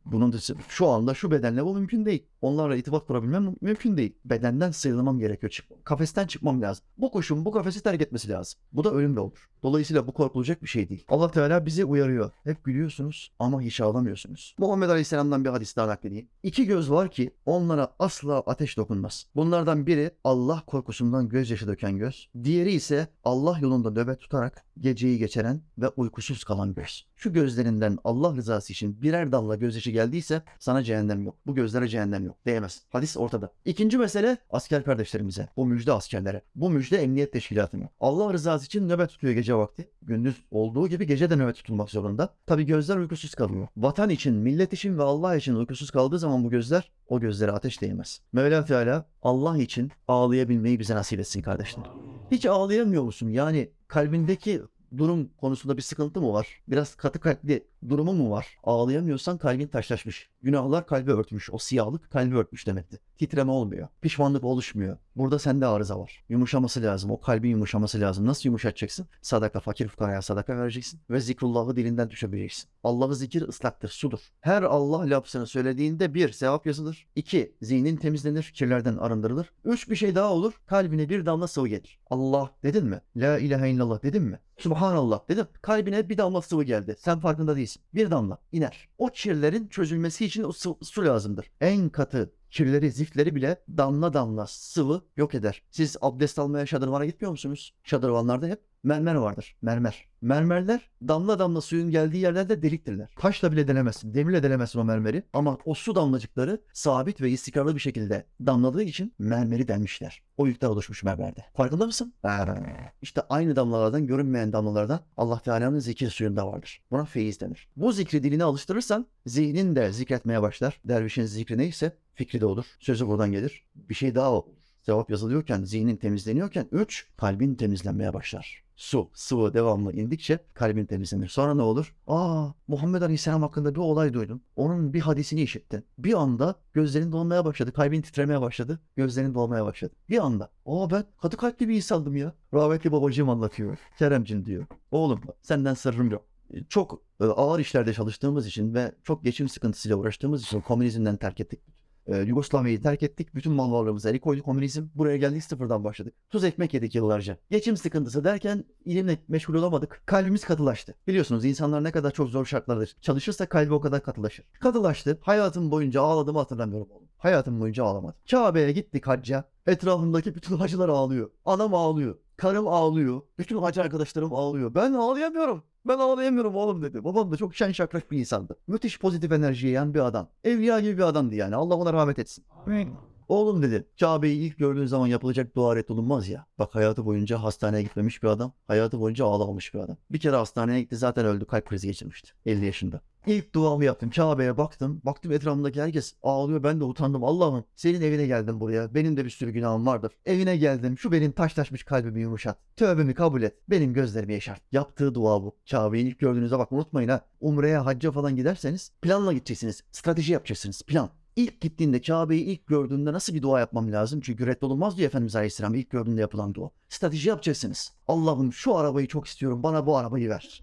Bunun dışı, şu anda şu bedenle bu mümkün değil. Onlarla irtibat kurabilmem mümkün değil. Bedenden sıyrılmam gerekiyor. Kafesten çıkmam lazım. Bu kuşun bu kafesi terk etmesi lazım. Bu da ölümle olur. Dolayısıyla bu korkulacak bir şey değil. Allah Teala bizi uyarıyor. Hep gülüyorsunuz ama hiç ağlamıyorsunuz. Muhammed Aleyhisselam'dan bir hadis daha nakledeyim. İki göz var ki onlara asla ateş dokunmaz. Bunlardan biri Allah korkusundan gözyaşı döken göz. Diğeri ise Allah yolunda nöbet tutarak geceyi geçiren ve uykusuz kalan göz. Şu gözlerinden Allah rızası için birer damla gözyaşı geldiyse sana cehennem yok. Bu gözlere cehennem yok. Değmez. Hadis ortada. İkinci mesele asker kardeşlerimize. Bu müjde askerlere. Bu müjde emniyet teşkilatına. Allah rızası için nöbet tutuyor gece vakti. Gündüz olduğu gibi gece de nöbet tutulmak zorunda. Tabi gözler uykusuz kalıyor. Vatan için, millet için ve Allah için uykusuz kaldığı zaman bu gözler, o gözlere ateş değmez. Mevla Teala Allah için ağlayabilmeyi bize nasip etsin kardeşler. Hiç ağlayamıyor musun? Yani kalbindeki durum konusunda bir sıkıntı mı var? Biraz katı kalpli durumu mu var? Ağlayamıyorsan kalbin taşlaşmış. Günahlar kalbi örtmüş. O siyahlık kalbi örtmüş demekti. Titreme olmuyor. Pişmanlık oluşmuyor. Burada sende arıza var. Yumuşaması lazım. O kalbin yumuşaması lazım. Nasıl yumuşatacaksın? Sadaka, fakir fukaraya sadaka vereceksin. Ve zikrullahı dilinden düşebileceksin. Allah'ı zikir ıslaktır, sudur. Her Allah lafzını söylediğinde bir, sevap yazılır. İki, zihnin temizlenir, kirlerden arındırılır. Üç, bir şey daha olur. Kalbine bir damla sıvı gelir. Allah dedin mi? La ilahe illallah dedin mi? Subhanallah dedim. Kalbine bir damla sıvı geldi. Sen farkında değilsin. Bir damla iner. O kirlerin çözülmesi için o su lazımdır. En katı kirleri, ziftleri bile damla damla sıvı yok eder. Siz abdest almaya şadırvana gitmiyor musunuz? Şadırvanlarda hep mermer vardır. Mermer. Mermerler damla damla suyun geldiği yerlerde deliktirler. Taşla bile delemezsin, demirle delemezsin o mermeri. Ama o su damlacıkları sabit ve istikrarlı bir şekilde damladığı için mermeri delmişler. O yükler oluşmuş mermerde. Farkında mısın? İşte aynı damlalardan, görünmeyen damlalardan Allah Teala'nın zikir suyunda vardır. Buna feyiz denir. Bu zikri diline alıştırırsan zihnin de zikretmeye başlar. Dervişin zikri neyse fikri de olur. Sözü buradan gelir. Bir şey daha olur. Sevap yazılıyorken, zihnin temizleniyorken 3, kalbin temizlenmeye başlar. Su, sıvı devamlı indikçe kalbin temizlenir. Sonra ne olur? Muhammed Aleyhisselam hakkında bir olay duydum. Onun bir hadisini işittin. Bir anda gözlerin dolmaya başladı. Kalbin titremeye başladı. Gözlerin dolmaya başladı. Bir anda. Ben katı kalpli bir insandım ya. Rahmetli babacığım anlatıyor. Keremcim diyor. Oğlum senden sırrım yok. Çok ağır işlerde çalıştığımız için ve çok geçim sıkıntısıyla uğraştığımız için komünizmden terk ettik. Yugoslavya'yı terk ettik. Bütün mal varlığımızı el koyduk komünizm. Buraya geldik, sıfırdan başladık. Tuz ekmek yedik yıllarca. Geçim sıkıntısı derken ilimle meşgul olamadık. Kalbimiz katılaştı. Biliyorsunuz insanlar ne kadar çok zor şartlarda çalışırsa kalbi o kadar katılaşır. Katılaştı. Hayatım boyunca ağladığımı hatırlamıyorum oğlum. Hayatım boyunca ağlamadım. Kabe'ye gittik hacca. Etrafımdaki bütün hacılar ağlıyor. Anam ağlıyor. Karım ağlıyor. Bütün hacı arkadaşlarım ağlıyor. Ben ağlayamıyorum. Ben ağlayamıyorum oğlum dedi. Babam da çok şen şakrak bir insandı. Müthiş pozitif enerjiye yan bir adam. Evliya gibi bir adamdı yani. Allah ona rahmet etsin. Oğlum dedi, Kabe'yi ilk gördüğün zaman yapılacak dua reddolunmaz ya. Bak hayatı boyunca hastaneye gitmemiş bir adam. Hayatı boyunca ağlamamış bir adam. Bir kere hastaneye gitti, zaten öldü. Kalp krizi geçirmişti. 50 yaşında. İlk duamı yaptım. Kabe'ye baktım. Baktım etrafımdaki herkes ağlıyor. Ben de utandım. Allah'ım senin evine geldim buraya. Benim de bir sürü günahım vardır. Evine geldim. Şu benim taşlaşmış kalbimi yumuşat. Tövbemi kabul et. Benim gözlerimi yeşert. Yaptığı dua bu. Kabe'yi ilk gördüğünüzde bak unutmayın ha. Umre'ye, hacca falan giderseniz planla gideceksiniz. Strateji yapacaksınız. Plan. İlk gittiğinde Kabe'yi ilk gördüğünde nasıl bir dua yapmam lazım? Çünkü reddolunmaz diyor Efendimiz Aleyhisselam ilk gördüğünde yapılan dua. Strateji yapacaksınız. Allah'ım şu arabayı çok istiyorum. Bana bu arabayı ver.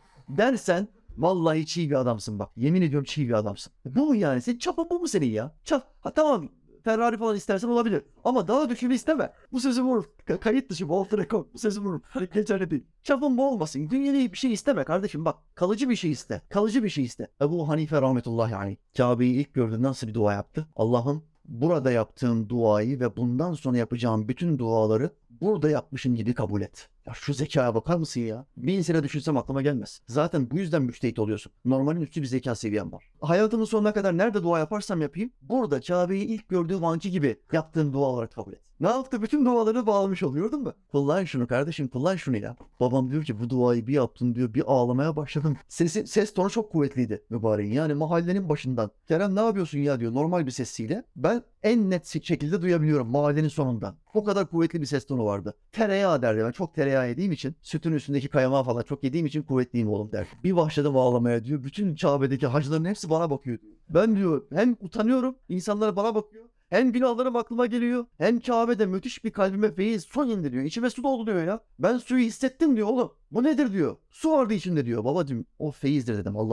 Dersen vallahi çiğ bir adamsın bak. Yemin ediyorum çiğ bir adamsın. Bu mu yani? Senin çapın bu mu senin ya? Tamam. Ferrari falan istersen olabilir. Ama daha düşüğünü isteme. Bu sözü vurur. Kayıt dışı bu off the record. Bu sözü vurur. Geçerli değil. Çapın bu olmasın. Dünyevi bir şey isteme kardeşim bak. Kalıcı bir şey iste. Kalıcı bir şey iste. Ebu Hanife rahmetullahi aleyh. Kabe'yi ilk gördüğünde nasıl bir dua yaptı? Allah'ım burada yaptığım duayı ve bundan sonra yapacağım bütün duaları burada yapmışım gibi kabul et. Ya şu zekaya bakar mısın ya? Bir insana düşünsem aklıma gelmez. Zaten bu yüzden müçtehit oluyorsun. Normalin üstü bir zeka seviyen var. Hayatımın sonuna kadar nerede dua yaparsam yapayım, burada Kabe'yi ilk gördüğüm anki gibi yaptığın dua olarak kabul et. Ne yaptı? Bütün dualarını bağlamış oluyordun mu? Kullan şunu kardeşim, kullan şunu ya. Babam diyor ki bu duayı bir yaptın diyor, bir ağlamaya başladım. Ses tonu çok kuvvetliydi mübareğin. Yani mahallenin başından. Kerem ne yapıyorsun ya diyor normal bir sesiyle. Ben en net şekilde duyabiliyorum mahallenin sonundan. O kadar kuvvetli bir ses tonu vardı. Tereyağı derdi. Ben çok tereyağı yediğim için, sütün üstündeki kayamağı falan çok yediğim için kuvvetliyim oğlum derdi. Bir başladım ağlamaya diyor. Bütün Kabe'deki hacıların hepsi bana bakıyor diyor. Ben diyor hem utanıyorum, insanlar bana bakıyor. Hem günahlarım aklıma geliyor. Hem Kabe'de müthiş bir kalbime feyiz su indiriyor. İçime su doldu diyor ya. Ben suyu hissettim diyor oğlum. Bu nedir diyor. Su vardı içinde diyor. Babacığım o feyizdir dedim Allah'ın.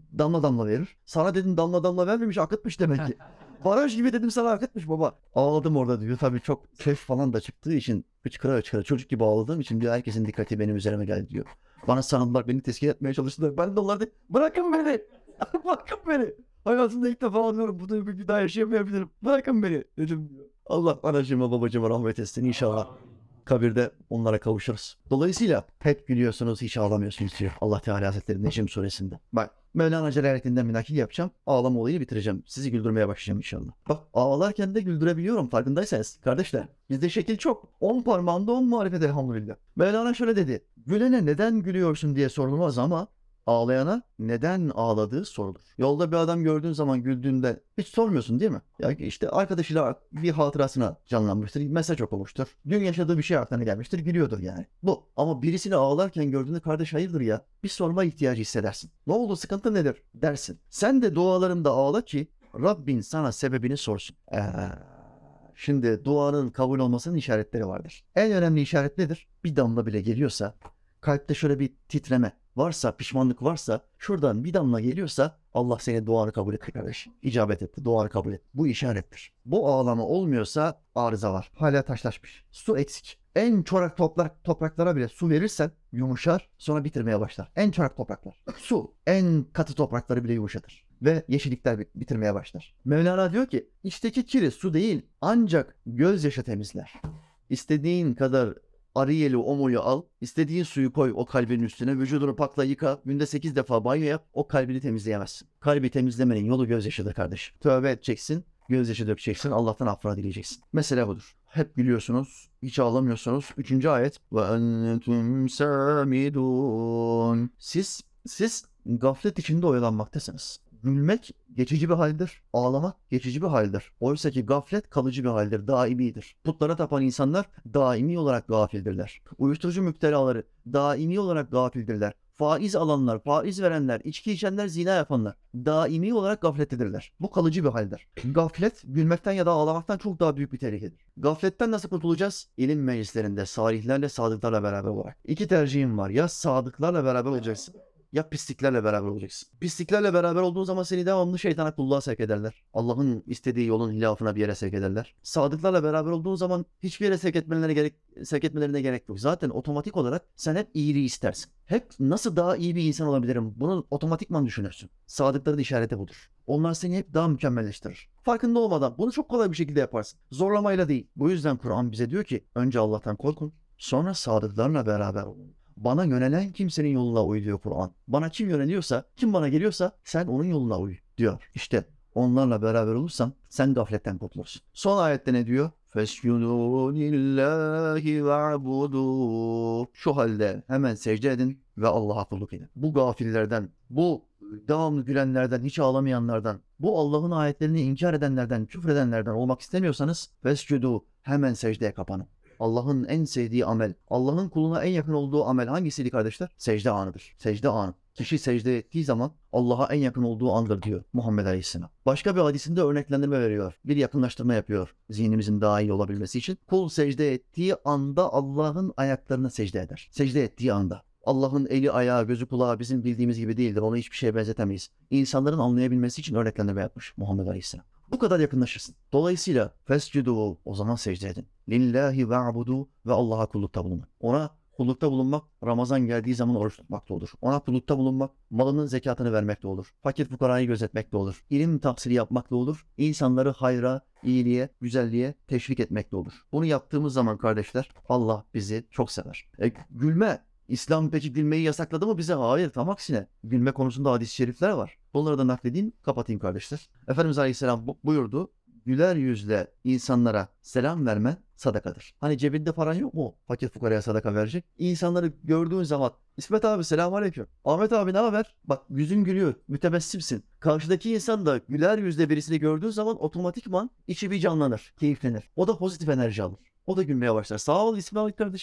damla damla verir. Sana dedim damla damla vermemiş, akıtmış demek ki. Baraj gibi dedim sana, akıtmış baba. Ağladım orada diyor. Tabii çok ses falan da çıktığı için hıçkıra hıçkıra çocuk gibi ağladığım için diyor, herkesin dikkati benim üzerime geldi diyor. Bana sarıldılar, beni teskin etmeye çalıştılar. Ben de onlara dedim, bırakın beni. Bırakın beni. Hayatımda ilk defa anlıyorum. Bunu bir daha yaşayamayabilirim. Bırakın beni dedim diyor. Allah anacığıma babacığıma rahmet etsin inşallah. Kabirde onlara kavuşuruz. Dolayısıyla hep gülüyorsunuz, hiç ağlamıyorsunuz diyor Allah Teala Hazretleri Necm suresinde. Bak, Mevlana Celaleddin'den bir nakil yapacağım. Ağlama olayını bitireceğim. Sizi güldürmeye başlayacağım inşallah. Bak, ağlarken de güldürebiliyorum farkındaysanız. Kardeşler, bizde şekil çok. 10 parmağında 10 marifet elhamdülillah. Mevlana şöyle dedi. Gülene neden gülüyorsun diye sorulmaz ama ağlayana neden ağladığı sorulur. Yolda bir adam gördüğün zaman güldüğünde hiç sormuyorsun değil mi? Ya işte arkadaşıyla bir hatırasına canlanmıştır, mesaj okumuştur. Dün yaşadığı bir şey aklına gelmiştir, gülüyordur yani. Bu. Ama birisini ağlarken gördüğünde kardeş hayırdır ya? Bir sorma ihtiyacı hissedersin. Ne oldu, sıkıntı nedir dersin. Sen de dualarında ağla ki Rabbin sana sebebini sorsun. Şimdi duanın kabul olmasının işaretleri vardır. En önemli işaret nedir? Bir damla bile geliyorsa, kalpte şöyle bir titreme varsa, pişmanlık varsa, şuradan bir damla geliyorsa Allah senin duanı kabul etti kardeş. İcabet etti, duanı kabul etti. Bu işarettir. Bu ağlama olmuyorsa arıza var. Hala taşlaşmış. Su eksik. En çorak topraklara bile su verirsen yumuşar, sonra bitirmeye başlar. En çorak topraklar. Su en katı toprakları bile yumuşatır. Ve yeşillikler bitirmeye başlar. Mevlana diyor ki, içteki kiri su değil ancak gözyaşı temizler. İstediğin kadar Ariyeli Omo'yu al, istediğin suyu koy o kalbinin üstüne, vücudunu pakla yıka, günde 8 defa banyo yap, o kalbini temizleyemezsin. Kalbi temizlemenin yolu gözyaşıdır kardeş. Tövbe edeceksin, gözyaşı dökeceksin, Allah'tan affına dileyeceksin. Mesele budur. Hep gülüyorsunuz, hiç ağlamıyorsunuz. 3. ayet. Ve entum samidun. Siz gaflet içinde oyalanmaktasınız. Gülmek geçici bir haldir, ağlamak geçici bir haldir. Oysa ki gaflet kalıcı bir haldir, daimidir. Putlara tapan insanlar daimi olarak gafildirler. Uyuşturucu müptelaları daimi olarak gafildirler. Faiz alanlar, faiz verenler, içki içenler, zina yapanlar daimi olarak gaflettedirler. Bu kalıcı bir haldir. Gaflet, gülmekten ya da ağlamaktan çok daha büyük bir tehlikedir. Gafletten nasıl kurtulacağız? İlim meclislerinde, salihlerle, sadıklarla beraber olarak. 2 tercihim var. Ya sadıklarla beraber olacaksın, ya pisliklerle beraber olacaksın. Pisliklerle beraber olduğun zaman seni devamlı şeytana, kulluğa sevk ederler. Allah'ın istediği yolun hilafına bir yere sevk ederler. Sadıklarla beraber olduğun zaman hiçbir yere sevk etmelerine gerek yok. Zaten otomatik olarak sen hep iyiliği istersin. Hep nasıl daha iyi bir insan olabilirim? Bunu otomatikman düşünürsün. Sadıkların işareti budur. Onlar seni hep daha mükemmelleştirir. Farkında olmadan bunu çok kolay bir şekilde yaparsın. Zorlamayla değil. Bu yüzden Kur'an bize diyor ki önce Allah'tan korkun, sonra sadıklarla beraber olun. Bana yönelen kimsenin yoluna uy diyor Kur'an. Bana kim yöneliyorsa, kim bana geliyorsa sen onun yoluna uy diyor. İşte onlarla beraber olursan sen gafletten kurtulursun. Son ayette ne diyor? فَاسْجُدُوا لِلّٰهِ وَاعْبُدُوا. Şu halde hemen secde edin ve Allah'a kulluk edin. Bu gafillerden, bu devamlı gülenlerden, hiç ağlamayanlardan, bu Allah'ın ayetlerini inkar edenlerden, küfredenlerden olmak istemiyorsanız فَاسْجُدُوا, hemen secdeye kapanın. Allah'ın en sevdiği amel, Allah'ın kuluna en yakın olduğu amel hangisiydi kardeşler? Secde anıdır. Secde anı. Kişi secde ettiği zaman Allah'a en yakın olduğu andır diyor Muhammed Aleyhisselam. Başka bir hadisinde örneklendirme veriyor. Bir yakınlaştırma yapıyor zihnimizin daha iyi olabilmesi için. Kul secde ettiği anda Allah'ın ayaklarına secde eder. Secde ettiği anda. Allah'ın eli, ayağı, gözü, kulağı bizim bildiğimiz gibi değildir. Onu hiçbir şeye benzetemeyiz. İnsanların anlayabilmesi için örneklendirme yapmış Muhammed Aleyhisselam. Bu kadar yakınlaşırsın. Dolayısıyla fescudu, o zaman secde edin. Lillahi ve'budu, ve Allah'a kullukta bulunun. Ona kullukta bulunmak Ramazan geldiği zaman oruç tutmak da olur. Ona kullukta bulunmak malının zekatını vermek de olur. Fakir fukarayı gözetmek de olur. İlim tahsili yapmak da olur. İnsanları hayra, iyiliğe, güzelliğe teşvik etmek de olur. Bunu yaptığımız zaman kardeşler Allah bizi çok sever. Gülme. İslam peki gülmeyi yasakladı mı bize? Hayır, tam aksine. Gülme konusunda hadis-i şerifler var. Bunları da nakledeyim, kapatayım kardeşler. Efendimiz Aleyhisselam buyurdu. Güler yüzle insanlara selam vermen sadakadır. Hani cebinde paran yok mu? Fakir fukaraya sadaka verecek. İnsanları gördüğün zaman İsmet abi selamünaleyküm. Ahmet abi ne haber? Bak yüzün gülüyor, mütebessimsin. Karşıdaki insan da güler yüzle birisini gördüğün zaman otomatikman içi bir canlanır, keyiflenir. O da pozitif enerji alır. O da gülmeye başlar. Sağ ol İsmail kardeşim ya.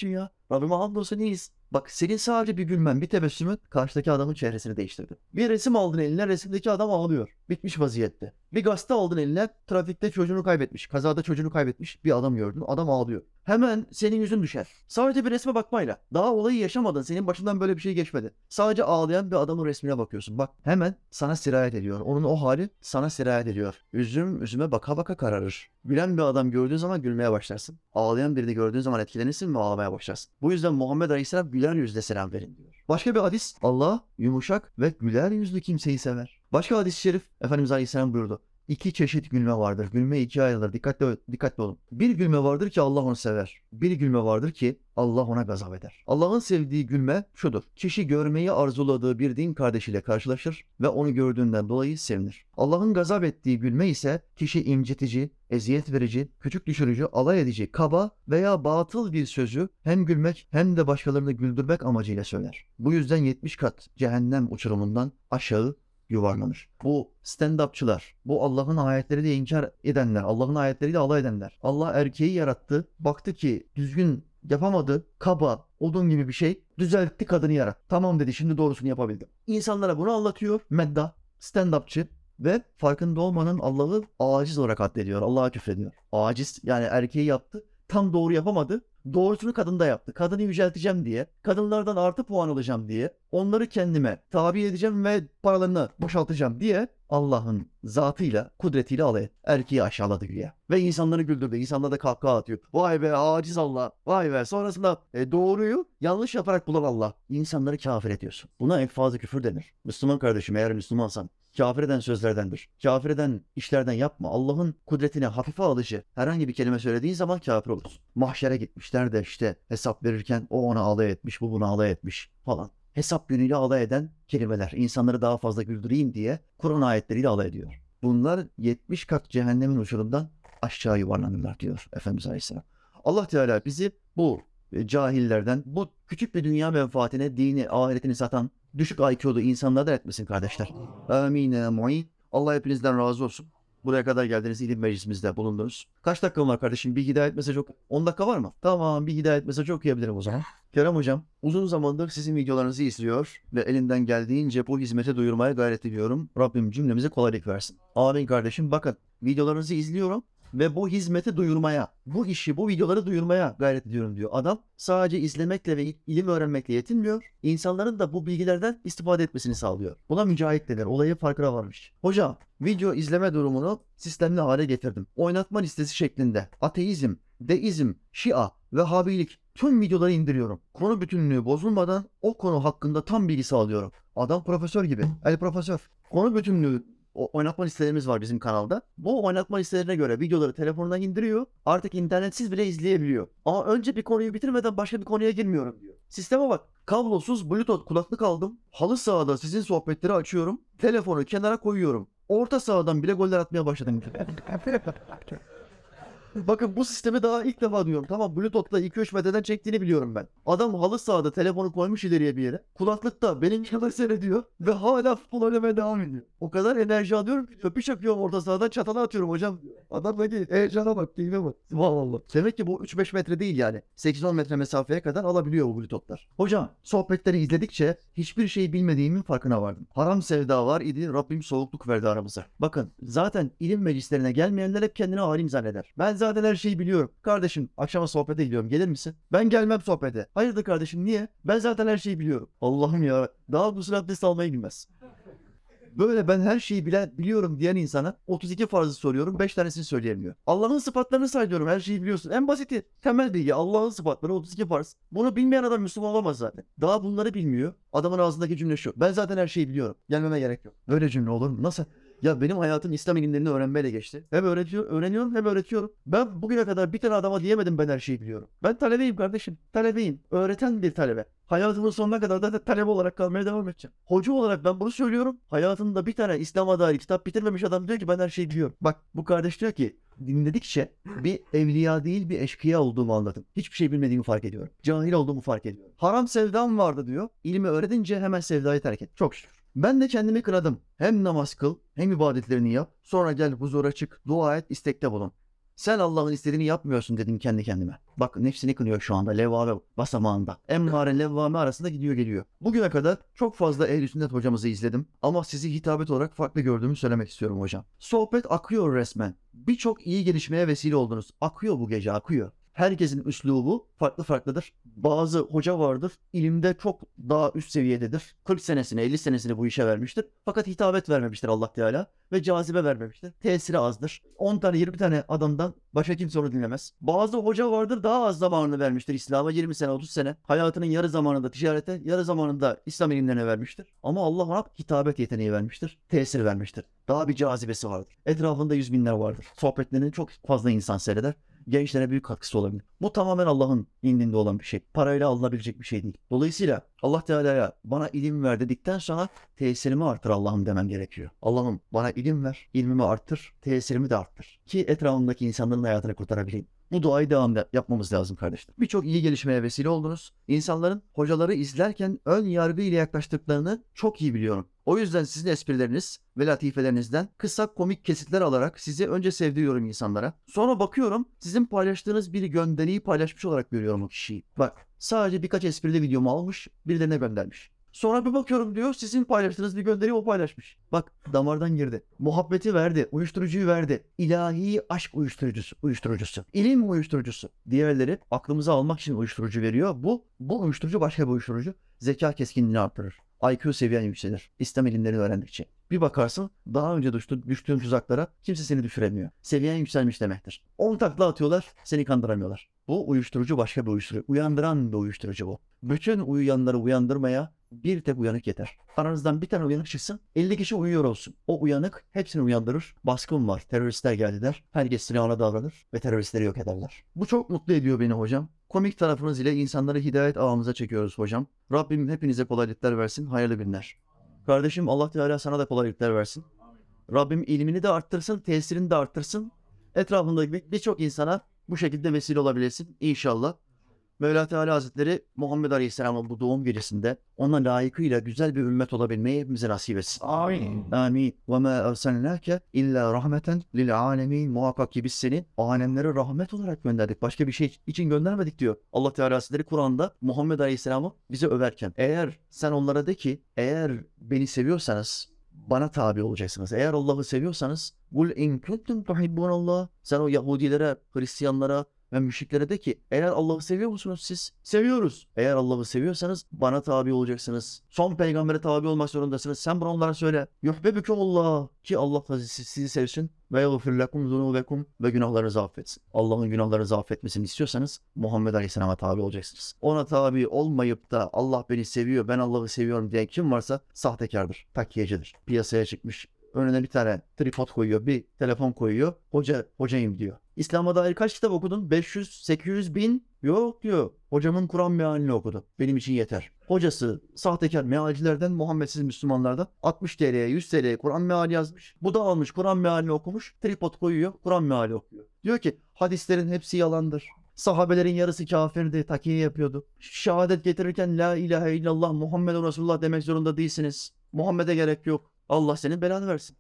Rabbime hamdolsun iyiyiz. Bak senin sadece bir gülmen, bir tebessümün karşıdaki adamın çehresini değiştirdi. Bir resim aldın eline, resimdeki adam ağlıyor. Bitmiş vaziyette. Bir gazete aldın eline, trafikte çocuğunu kaybetmiş, kazada çocuğunu kaybetmiş bir adam gördün, adam ağlıyor. Hemen senin yüzün düşer. Sadece bir resme bakmayla. Daha olayı yaşamadın, senin başından böyle bir şey geçmedi. Sadece ağlayan bir adamın resmine bakıyorsun. Bak hemen sana sirayet ediyor. Onun o hali sana sirayet ediyor. Üzüm üzüme baka baka kararır. Gülen bir adam gördüğün zaman gülmeye başlarsın. Ağlayan birini gördüğün zaman etkilenirsin ve ağlamaya başlarsın. Bu yüzden Muhammed Aleyhisselam güler yüzle selam verin diyor. Başka bir hadis, Allah yumuşak ve güler yüzlü kimseyi sever. Başka hadis-i şerif, Efendimiz Aleyhisselam buyurdu. İki çeşit gülme vardır. Gülme ikiye ayrılır. Dikkatli olun. Bir gülme vardır ki Allah onu sever. Bir gülme vardır ki Allah ona gazap eder. Allah'ın sevdiği gülme şudur. Kişi görmeyi arzuladığı bir din kardeşiyle karşılaşır ve onu gördüğünden dolayı sevinir. Allah'ın gazap ettiği gülme ise kişi incitici, eziyet verici, küçük düşürücü, alay edici, kaba veya batıl bir sözü hem gülmek hem de başkalarını güldürmek amacıyla söyler. Bu yüzden 70 kat cehennem uçurumundan aşağı yuvarlanır. Bu stand-upçılar, bu Allah'ın ayetleriyle inkar edenler, Allah'ın ayetleriyle alay edenler. Allah erkeği yarattı, baktı ki düzgün yapamadı, kaba, odun gibi bir şey, düzeltti kadını yarattı. Tamam dedi, şimdi doğrusunu yapabildim. İnsanlara bunu anlatıyor, meddah, stand-upçı ve farkında olmanın Allah'ı aciz olarak addediyor, Allah'a küfrediyor. Aciz, yani erkeği yaptı, tam doğru yapamadı. Doğrusunu kadında yaptı. Kadını yücelteceğim diye, kadınlardan artı puan alacağım diye, onları kendime tabi edeceğim ve paralarını boşaltacağım diye Allah'ın zatıyla, kudretiyle alay etti. Erkeği aşağıladı güya. Ve insanları güldürdü. İnsanlar da kahkaha atıyor. Vay be aciz Allah. Vay be. Sonrasında doğruyu yanlış yaparak bulan Allah. İnsanları kafir ediyorsun. Buna en fazla küfür denir. Müslüman kardeşim, eğer Müslümansan kafir eden sözlerdendir. Kafir eden işlerden yapma. Allah'ın kudretine hafife alıcı herhangi bir kelime söylediğin zaman kafir olursun. Mahşere gitmişler de işte hesap verirken o ona alay etmiş, bu buna alay etmiş falan. Hesap günüyle alay eden kelimeler. İnsanları daha fazla güldüreyim diye Kur'an ayetleriyle alay ediyor. Bunlar 70 kat cehennemin uçurumdan aşağı yuvarlanırlar diyor Efendimiz Aleyhisselam. Allah Teala bizi bu cahillerden, bu küçük bir dünya menfaatine, dini, ahiretini satan düşük IQ'lu insanlardan etmesin kardeşler. Amin ya mu'in. Allah hepinizden razı olsun. Buraya kadar geldiniz, ilim meclisimizde bulundunuz. Kaç dakikam var kardeşim? Bir hidayet mesajı 10 dakika var mı? Tamam, bir hidayet mesajı okuyabilirim o zaman. Kerem hocam, uzun zamandır sizin videolarınızı izliyor ve elinden geldiğince bu hizmete duyurmaya gayret ediyorum. Rabbim cümlemize kolaylık versin. Amin kardeşim. Bakın, videolarınızı izliyorum ve bu hizmeti duyurmaya, bu işi, bu videoları duyurmaya gayret ediyorum diyor. Adam sadece izlemekle ve ilim öğrenmekle yetinmiyor. İnsanların da bu bilgilerden istifade etmesini sağlıyor. Buna mücahit denir. Olayı farkına varmış. Hocam, video izleme durumunu sistemli hale getirdim. Oynatma listesi şeklinde ateizm, deizm, şia, vehhabilik tüm videoları indiriyorum. Konu bütünlüğü bozulmadan o konu hakkında tam bilgi sağlıyorum. Adam profesör gibi. El profesör. Konu bütünlüğü oynatma listelerimiz var bizim kanalda. Bu oynatma listelerine göre videoları telefonuna indiriyor. Artık internetsiz bile izleyebiliyor. Ama önce bir konuyu bitirmeden başka bir konuya girmiyorum diyor. Sisteme bak. Kablosuz Bluetooth kulaklık aldım. Halı sahada sizin sohbetleri açıyorum. Telefonu kenara koyuyorum. Orta sahadan bile goller atmaya başladım. Bakın bu sistemi daha ilk defa diyorum. Tamam, Bluetooth'la 2-3 metreden çektiğini biliyorum ben. Adam halı sahada telefonu koymuş ileriye bir yere. Kulaklıkta benim yanımda seyrediyor ve hala futbol oynamaya devam ediyor. O kadar enerji alıyorum ki diyor. Bir çakıyorum orta sahadan, çatala atıyorum hocam diyor. Adam da değil. Heyecana bak, keyfe bak. Vallahi. Demek ki bu 3-5 metre değil yani. 8-10 metre mesafeye kadar alabiliyor bu Bluetooth'lar. Hocam, sohbetleri izledikçe hiçbir şey bilmediğimin farkına vardım. Haram sevda var idi. Rabbim soğukluk verdi aramıza. Bakın, zaten ilim meclislerine gelmeyenler hep kendini alim zanneder. Ben zaten her şeyi biliyorum. Kardeşim, akşama sohbete gidiyorum. Gelir misin? Ben gelmem sohbete. Hayırdır kardeşim, niye? Ben zaten her şeyi biliyorum. Allah'ım ya. Daha bu abdest almayı bilmez. Böyle ben her şeyi biliyorum diyen insana 32 farzı soruyorum, 5 tanesini söyleyemiyor. Allah'ın sıfatlarını say diyorum, her şeyi biliyorsun. En basiti, temel bilgi, Allah'ın sıfatları 32 farz. Bunu bilmeyen adam Müslüman olamaz zaten. Daha bunları bilmiyor. Adamın ağzındaki cümle şu: ben zaten her şeyi biliyorum. Gelmeme gerek yok. Böyle cümle olur mu? Nasıl? Ya benim hayatım İslam ilimlerini öğrenmeyle geçti. Hem öğreniyorum hem öğretiyorum. Ben bugüne kadar bir tane adama diyemedim ben her şeyi biliyorum. Ben talebeyim kardeşim. Talebeyim. Öğreten bir talebe. Hayatımın sonuna kadar da talebe olarak kalmaya devam edeceğim. Hoca olarak ben bunu söylüyorum. Hayatında bir tane İslam'a dair kitap bitirmemiş adam diyor ki ben her şeyi biliyorum. Bak, bu kardeş diyor ki dinledikçe bir evliya değil bir eşkıya olduğumu anladım. Hiçbir şey bilmediğimi fark ediyorum. Cahil olduğumu fark ediyorum. Haram sevdam vardı diyor. İlmi öğrenince hemen sevdayı terk et. Çok şükür. Ben de kendimi kınadım. Hem namaz kıl hem ibadetlerini yap. Sonra gel huzura çık, dua et, istekte bulun. Sen Allah'ın istediğini yapmıyorsun dedim kendi kendime. Bak nefsini kınıyor şu anda levvame basamağında. Emmare levvame arasında gidiyor geliyor. Bugüne kadar çok fazla ehl-i sünnet hocamızı izledim. Ama sizi hitabet olarak farklı gördüğümü söylemek istiyorum hocam. Sohbet akıyor resmen. Birçok iyi gelişmeye vesile oldunuz. Akıyor bu gece akıyor. Herkesin üslubu farklı farklıdır. Bazı hoca vardır, ilimde çok daha üst seviyededir. 40 senesini, 50 senesini bu işe vermiştir. Fakat hitabet vermemiştir Allah Teala ve cazibe vermemiştir. Tesiri azdır. 10 tane, 20 tane adamdan başka kimse onu dinlemez. Bazı hoca vardır, daha az zamanını vermiştir İslam'a, 20 sene, 30 sene. Hayatının yarı zamanında ticarete, yarı zamanında İslam ilimlerine vermiştir. Ama Allah ona hitabet yeteneği vermiştir, tesir vermiştir. Daha bir cazibesi vardır. Etrafında yüz binler vardır. Sohbetlerini çok fazla insan seyreder. Gençlere büyük katkısı olabilir. Bu tamamen Allah'ın indinde olan bir şey. Parayla alınabilecek bir şey değil. Dolayısıyla Allah Teala'ya bana ilim ver dedikten sonra tesirimi artır Allah'ım demem gerekiyor. Allah'ım bana ilim ver, ilmimi arttır, tesirimi de arttır. Ki etrafımdaki insanların hayatını kurtarabileyim. Bu duayı yapmamız lazım kardeşler. Birçok iyi gelişmeye vesile oldunuz. İnsanların hocaları izlerken ön yargı ile yaklaştıklarını çok iyi biliyorum. O yüzden sizin esprileriniz ve latifelerinizden kısa komik kesitler alarak sizi önce sevdiriyorum insanlara. Sonra bakıyorum sizin paylaştığınız bir gönderiyi paylaşmış olarak görüyorum o kişiyi. Bak sadece birkaç esprili videomu almış birilerine göndermiş. Sonra bir bakıyorum diyor sizin paylaştığınız bir gönderiyi o paylaşmış. Bak damardan girdi. Muhabbeti verdi. Uyuşturucuyu verdi. İlahi aşk uyuşturucusu. İlim uyuşturucusu. Diğerleri aklımıza almak için uyuşturucu veriyor. Bu uyuşturucu başka bir uyuşturucu. Zeka keskinliğini artırır. IQ seviyen yükselir. İslam ilimlerini öğrendikçe. Bir bakarsın daha önce düştüğün tuzaklara kimse seni düşüremiyor. Seviyen yükselmiş demektir. 10 takla atıyorlar seni kandıramıyorlar. Bu uyuşturucu başka bir uyuşturucu. Uyandıran bir uyuşturucu bu. Bütün uyuyanları uyandırmaya bir tek uyanık yeter. Aranızdan bir tane uyanık çıksın 50 kişi uyuyor olsun. O uyanık hepsini uyandırır. Baskın var. Teröristler geldiler. Herkes silahına davranır ve teröristleri yok ederler. Bu çok mutlu ediyor beni hocam. Komik tarafınız ile insanları hidayet ağımıza çekiyoruz hocam. Rabbim hepinize kolaylıklar versin. Hayırlı günler. Kardeşim Allah Teala sana da kolaylıklar versin. Rabbim ilmini de arttırsın, tesirini de arttırsın. Etrafındaki birçok insana bu şekilde vesile olabilirsin inşallah. Mevla Teala Hazretleri Muhammed Aleyhisselam'ın bu doğum gecesinde ona layıkıyla güzel bir ümmet olabilmeyi hepimize nasip etsin. Amin. Amin. Ve ma erselnâke illa rahmeten lil âlemin. Muhakkak ki biz seni alemlere rahmet olarak gönderdik. Başka bir şey için göndermedik diyor. Allah Teala Hazretleri Kur'an'da Muhammed Aleyhisselam'ı bize överken. Eğer sen onlara de ki eğer beni seviyorsanız bana tabi olacaksınız. Eğer Allah'ı seviyorsanız kul in kuntum tuhibbunallah. Sen o Yahudilere, Hristiyanlara ve müşriklere de ki eğer Allah'ı seviyor musunuz siz? Seviyoruz. Eğer Allah'ı seviyorsanız bana tabi olacaksınız. Son peygambere tabi olmak zorundasınız. Sen bunu onlara söyle. Yuhbebukumullah ki Allah sizi sevsin ve yagfir lekum zunubekum ve günahlarınızı affetsin. Allah'ın günahlarınızı affetmesini istiyorsanız Muhammed Aleyhisselam'a tabi olacaksınız. Ona tabi olmayıp da Allah beni seviyor, ben Allah'ı seviyorum diyen kim varsa sahtekardır, takkiyecidir. Piyasaya çıkmış. Önüne bir tane tripod koyuyor, bir telefon koyuyor. Hocayım diyor. İslam'a dair kaç kitap okudun? 500, 800 bin? Yok diyor. Hocamın Kur'an mealini okudu. Benim için yeter. Hocası sahtekar mealcilerden, Muhammedsiz Müslümanlardan 60 TL'ye, 100 TL'ye Kur'an meali yazmış. Bu da almış Kur'an mealini okumuş. Tripod koyuyor, Kur'an meali okuyor. Diyor ki hadislerin hepsi yalandır. Sahabelerin yarısı kafirdi, takiye yapıyordu. Şehadet getirirken la ilahe illallah Muhammedun Resulullah demek zorunda değilsiniz. Muhammed'e gerek yok. Allah senin belanı versin.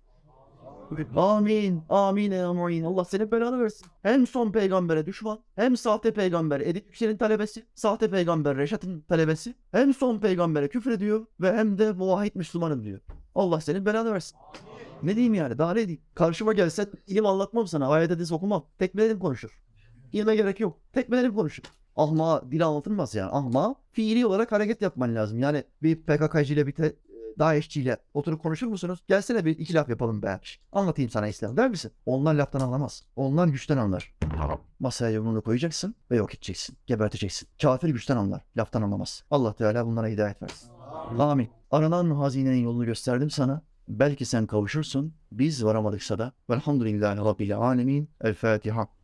Amin. Amin ya mu'in. Allah senin belanı versin. Hem son peygambere düşman, hem sahte peygamber Edip Yüksel'in talebesi, sahte peygamber Reşat'ın talebesi, hem son peygambere küfür ediyor ve hem de muvahhid Müslümanım diyor. Allah senin belanı versin. Ne diyeyim yani? Daha ne diyeyim? Karşıma gelse ilim anlatmam sana. Ayet hadis okumam. Tekmelerim konuşur. İlme gerek yok. Tekmelerim konuşur. Ahmağa dil anlatılmaz yani. Ahmağa fiili olarak hareket yapman lazım. Yani bir PKK'cı ile DAEŞ'çiyle oturup konuşur musunuz? Gelsene bir iki laf yapalım be. Anlatayım sana İslam der misin? Onlar laftan anlamaz. Onlar güçten anlar. Masaya yumruğunu koyacaksın ve yok edeceksin. Geberteceksin. Kafir güçten anlar. Laftan anlamaz. Allah Teala bunlara hidayet versin. Amin. Aranan hazinenin yolunu gösterdim sana. Belki sen kavuşursun. Biz varamadıksa da. Velhamdülillahi Rabbil alemin. El Fatiha.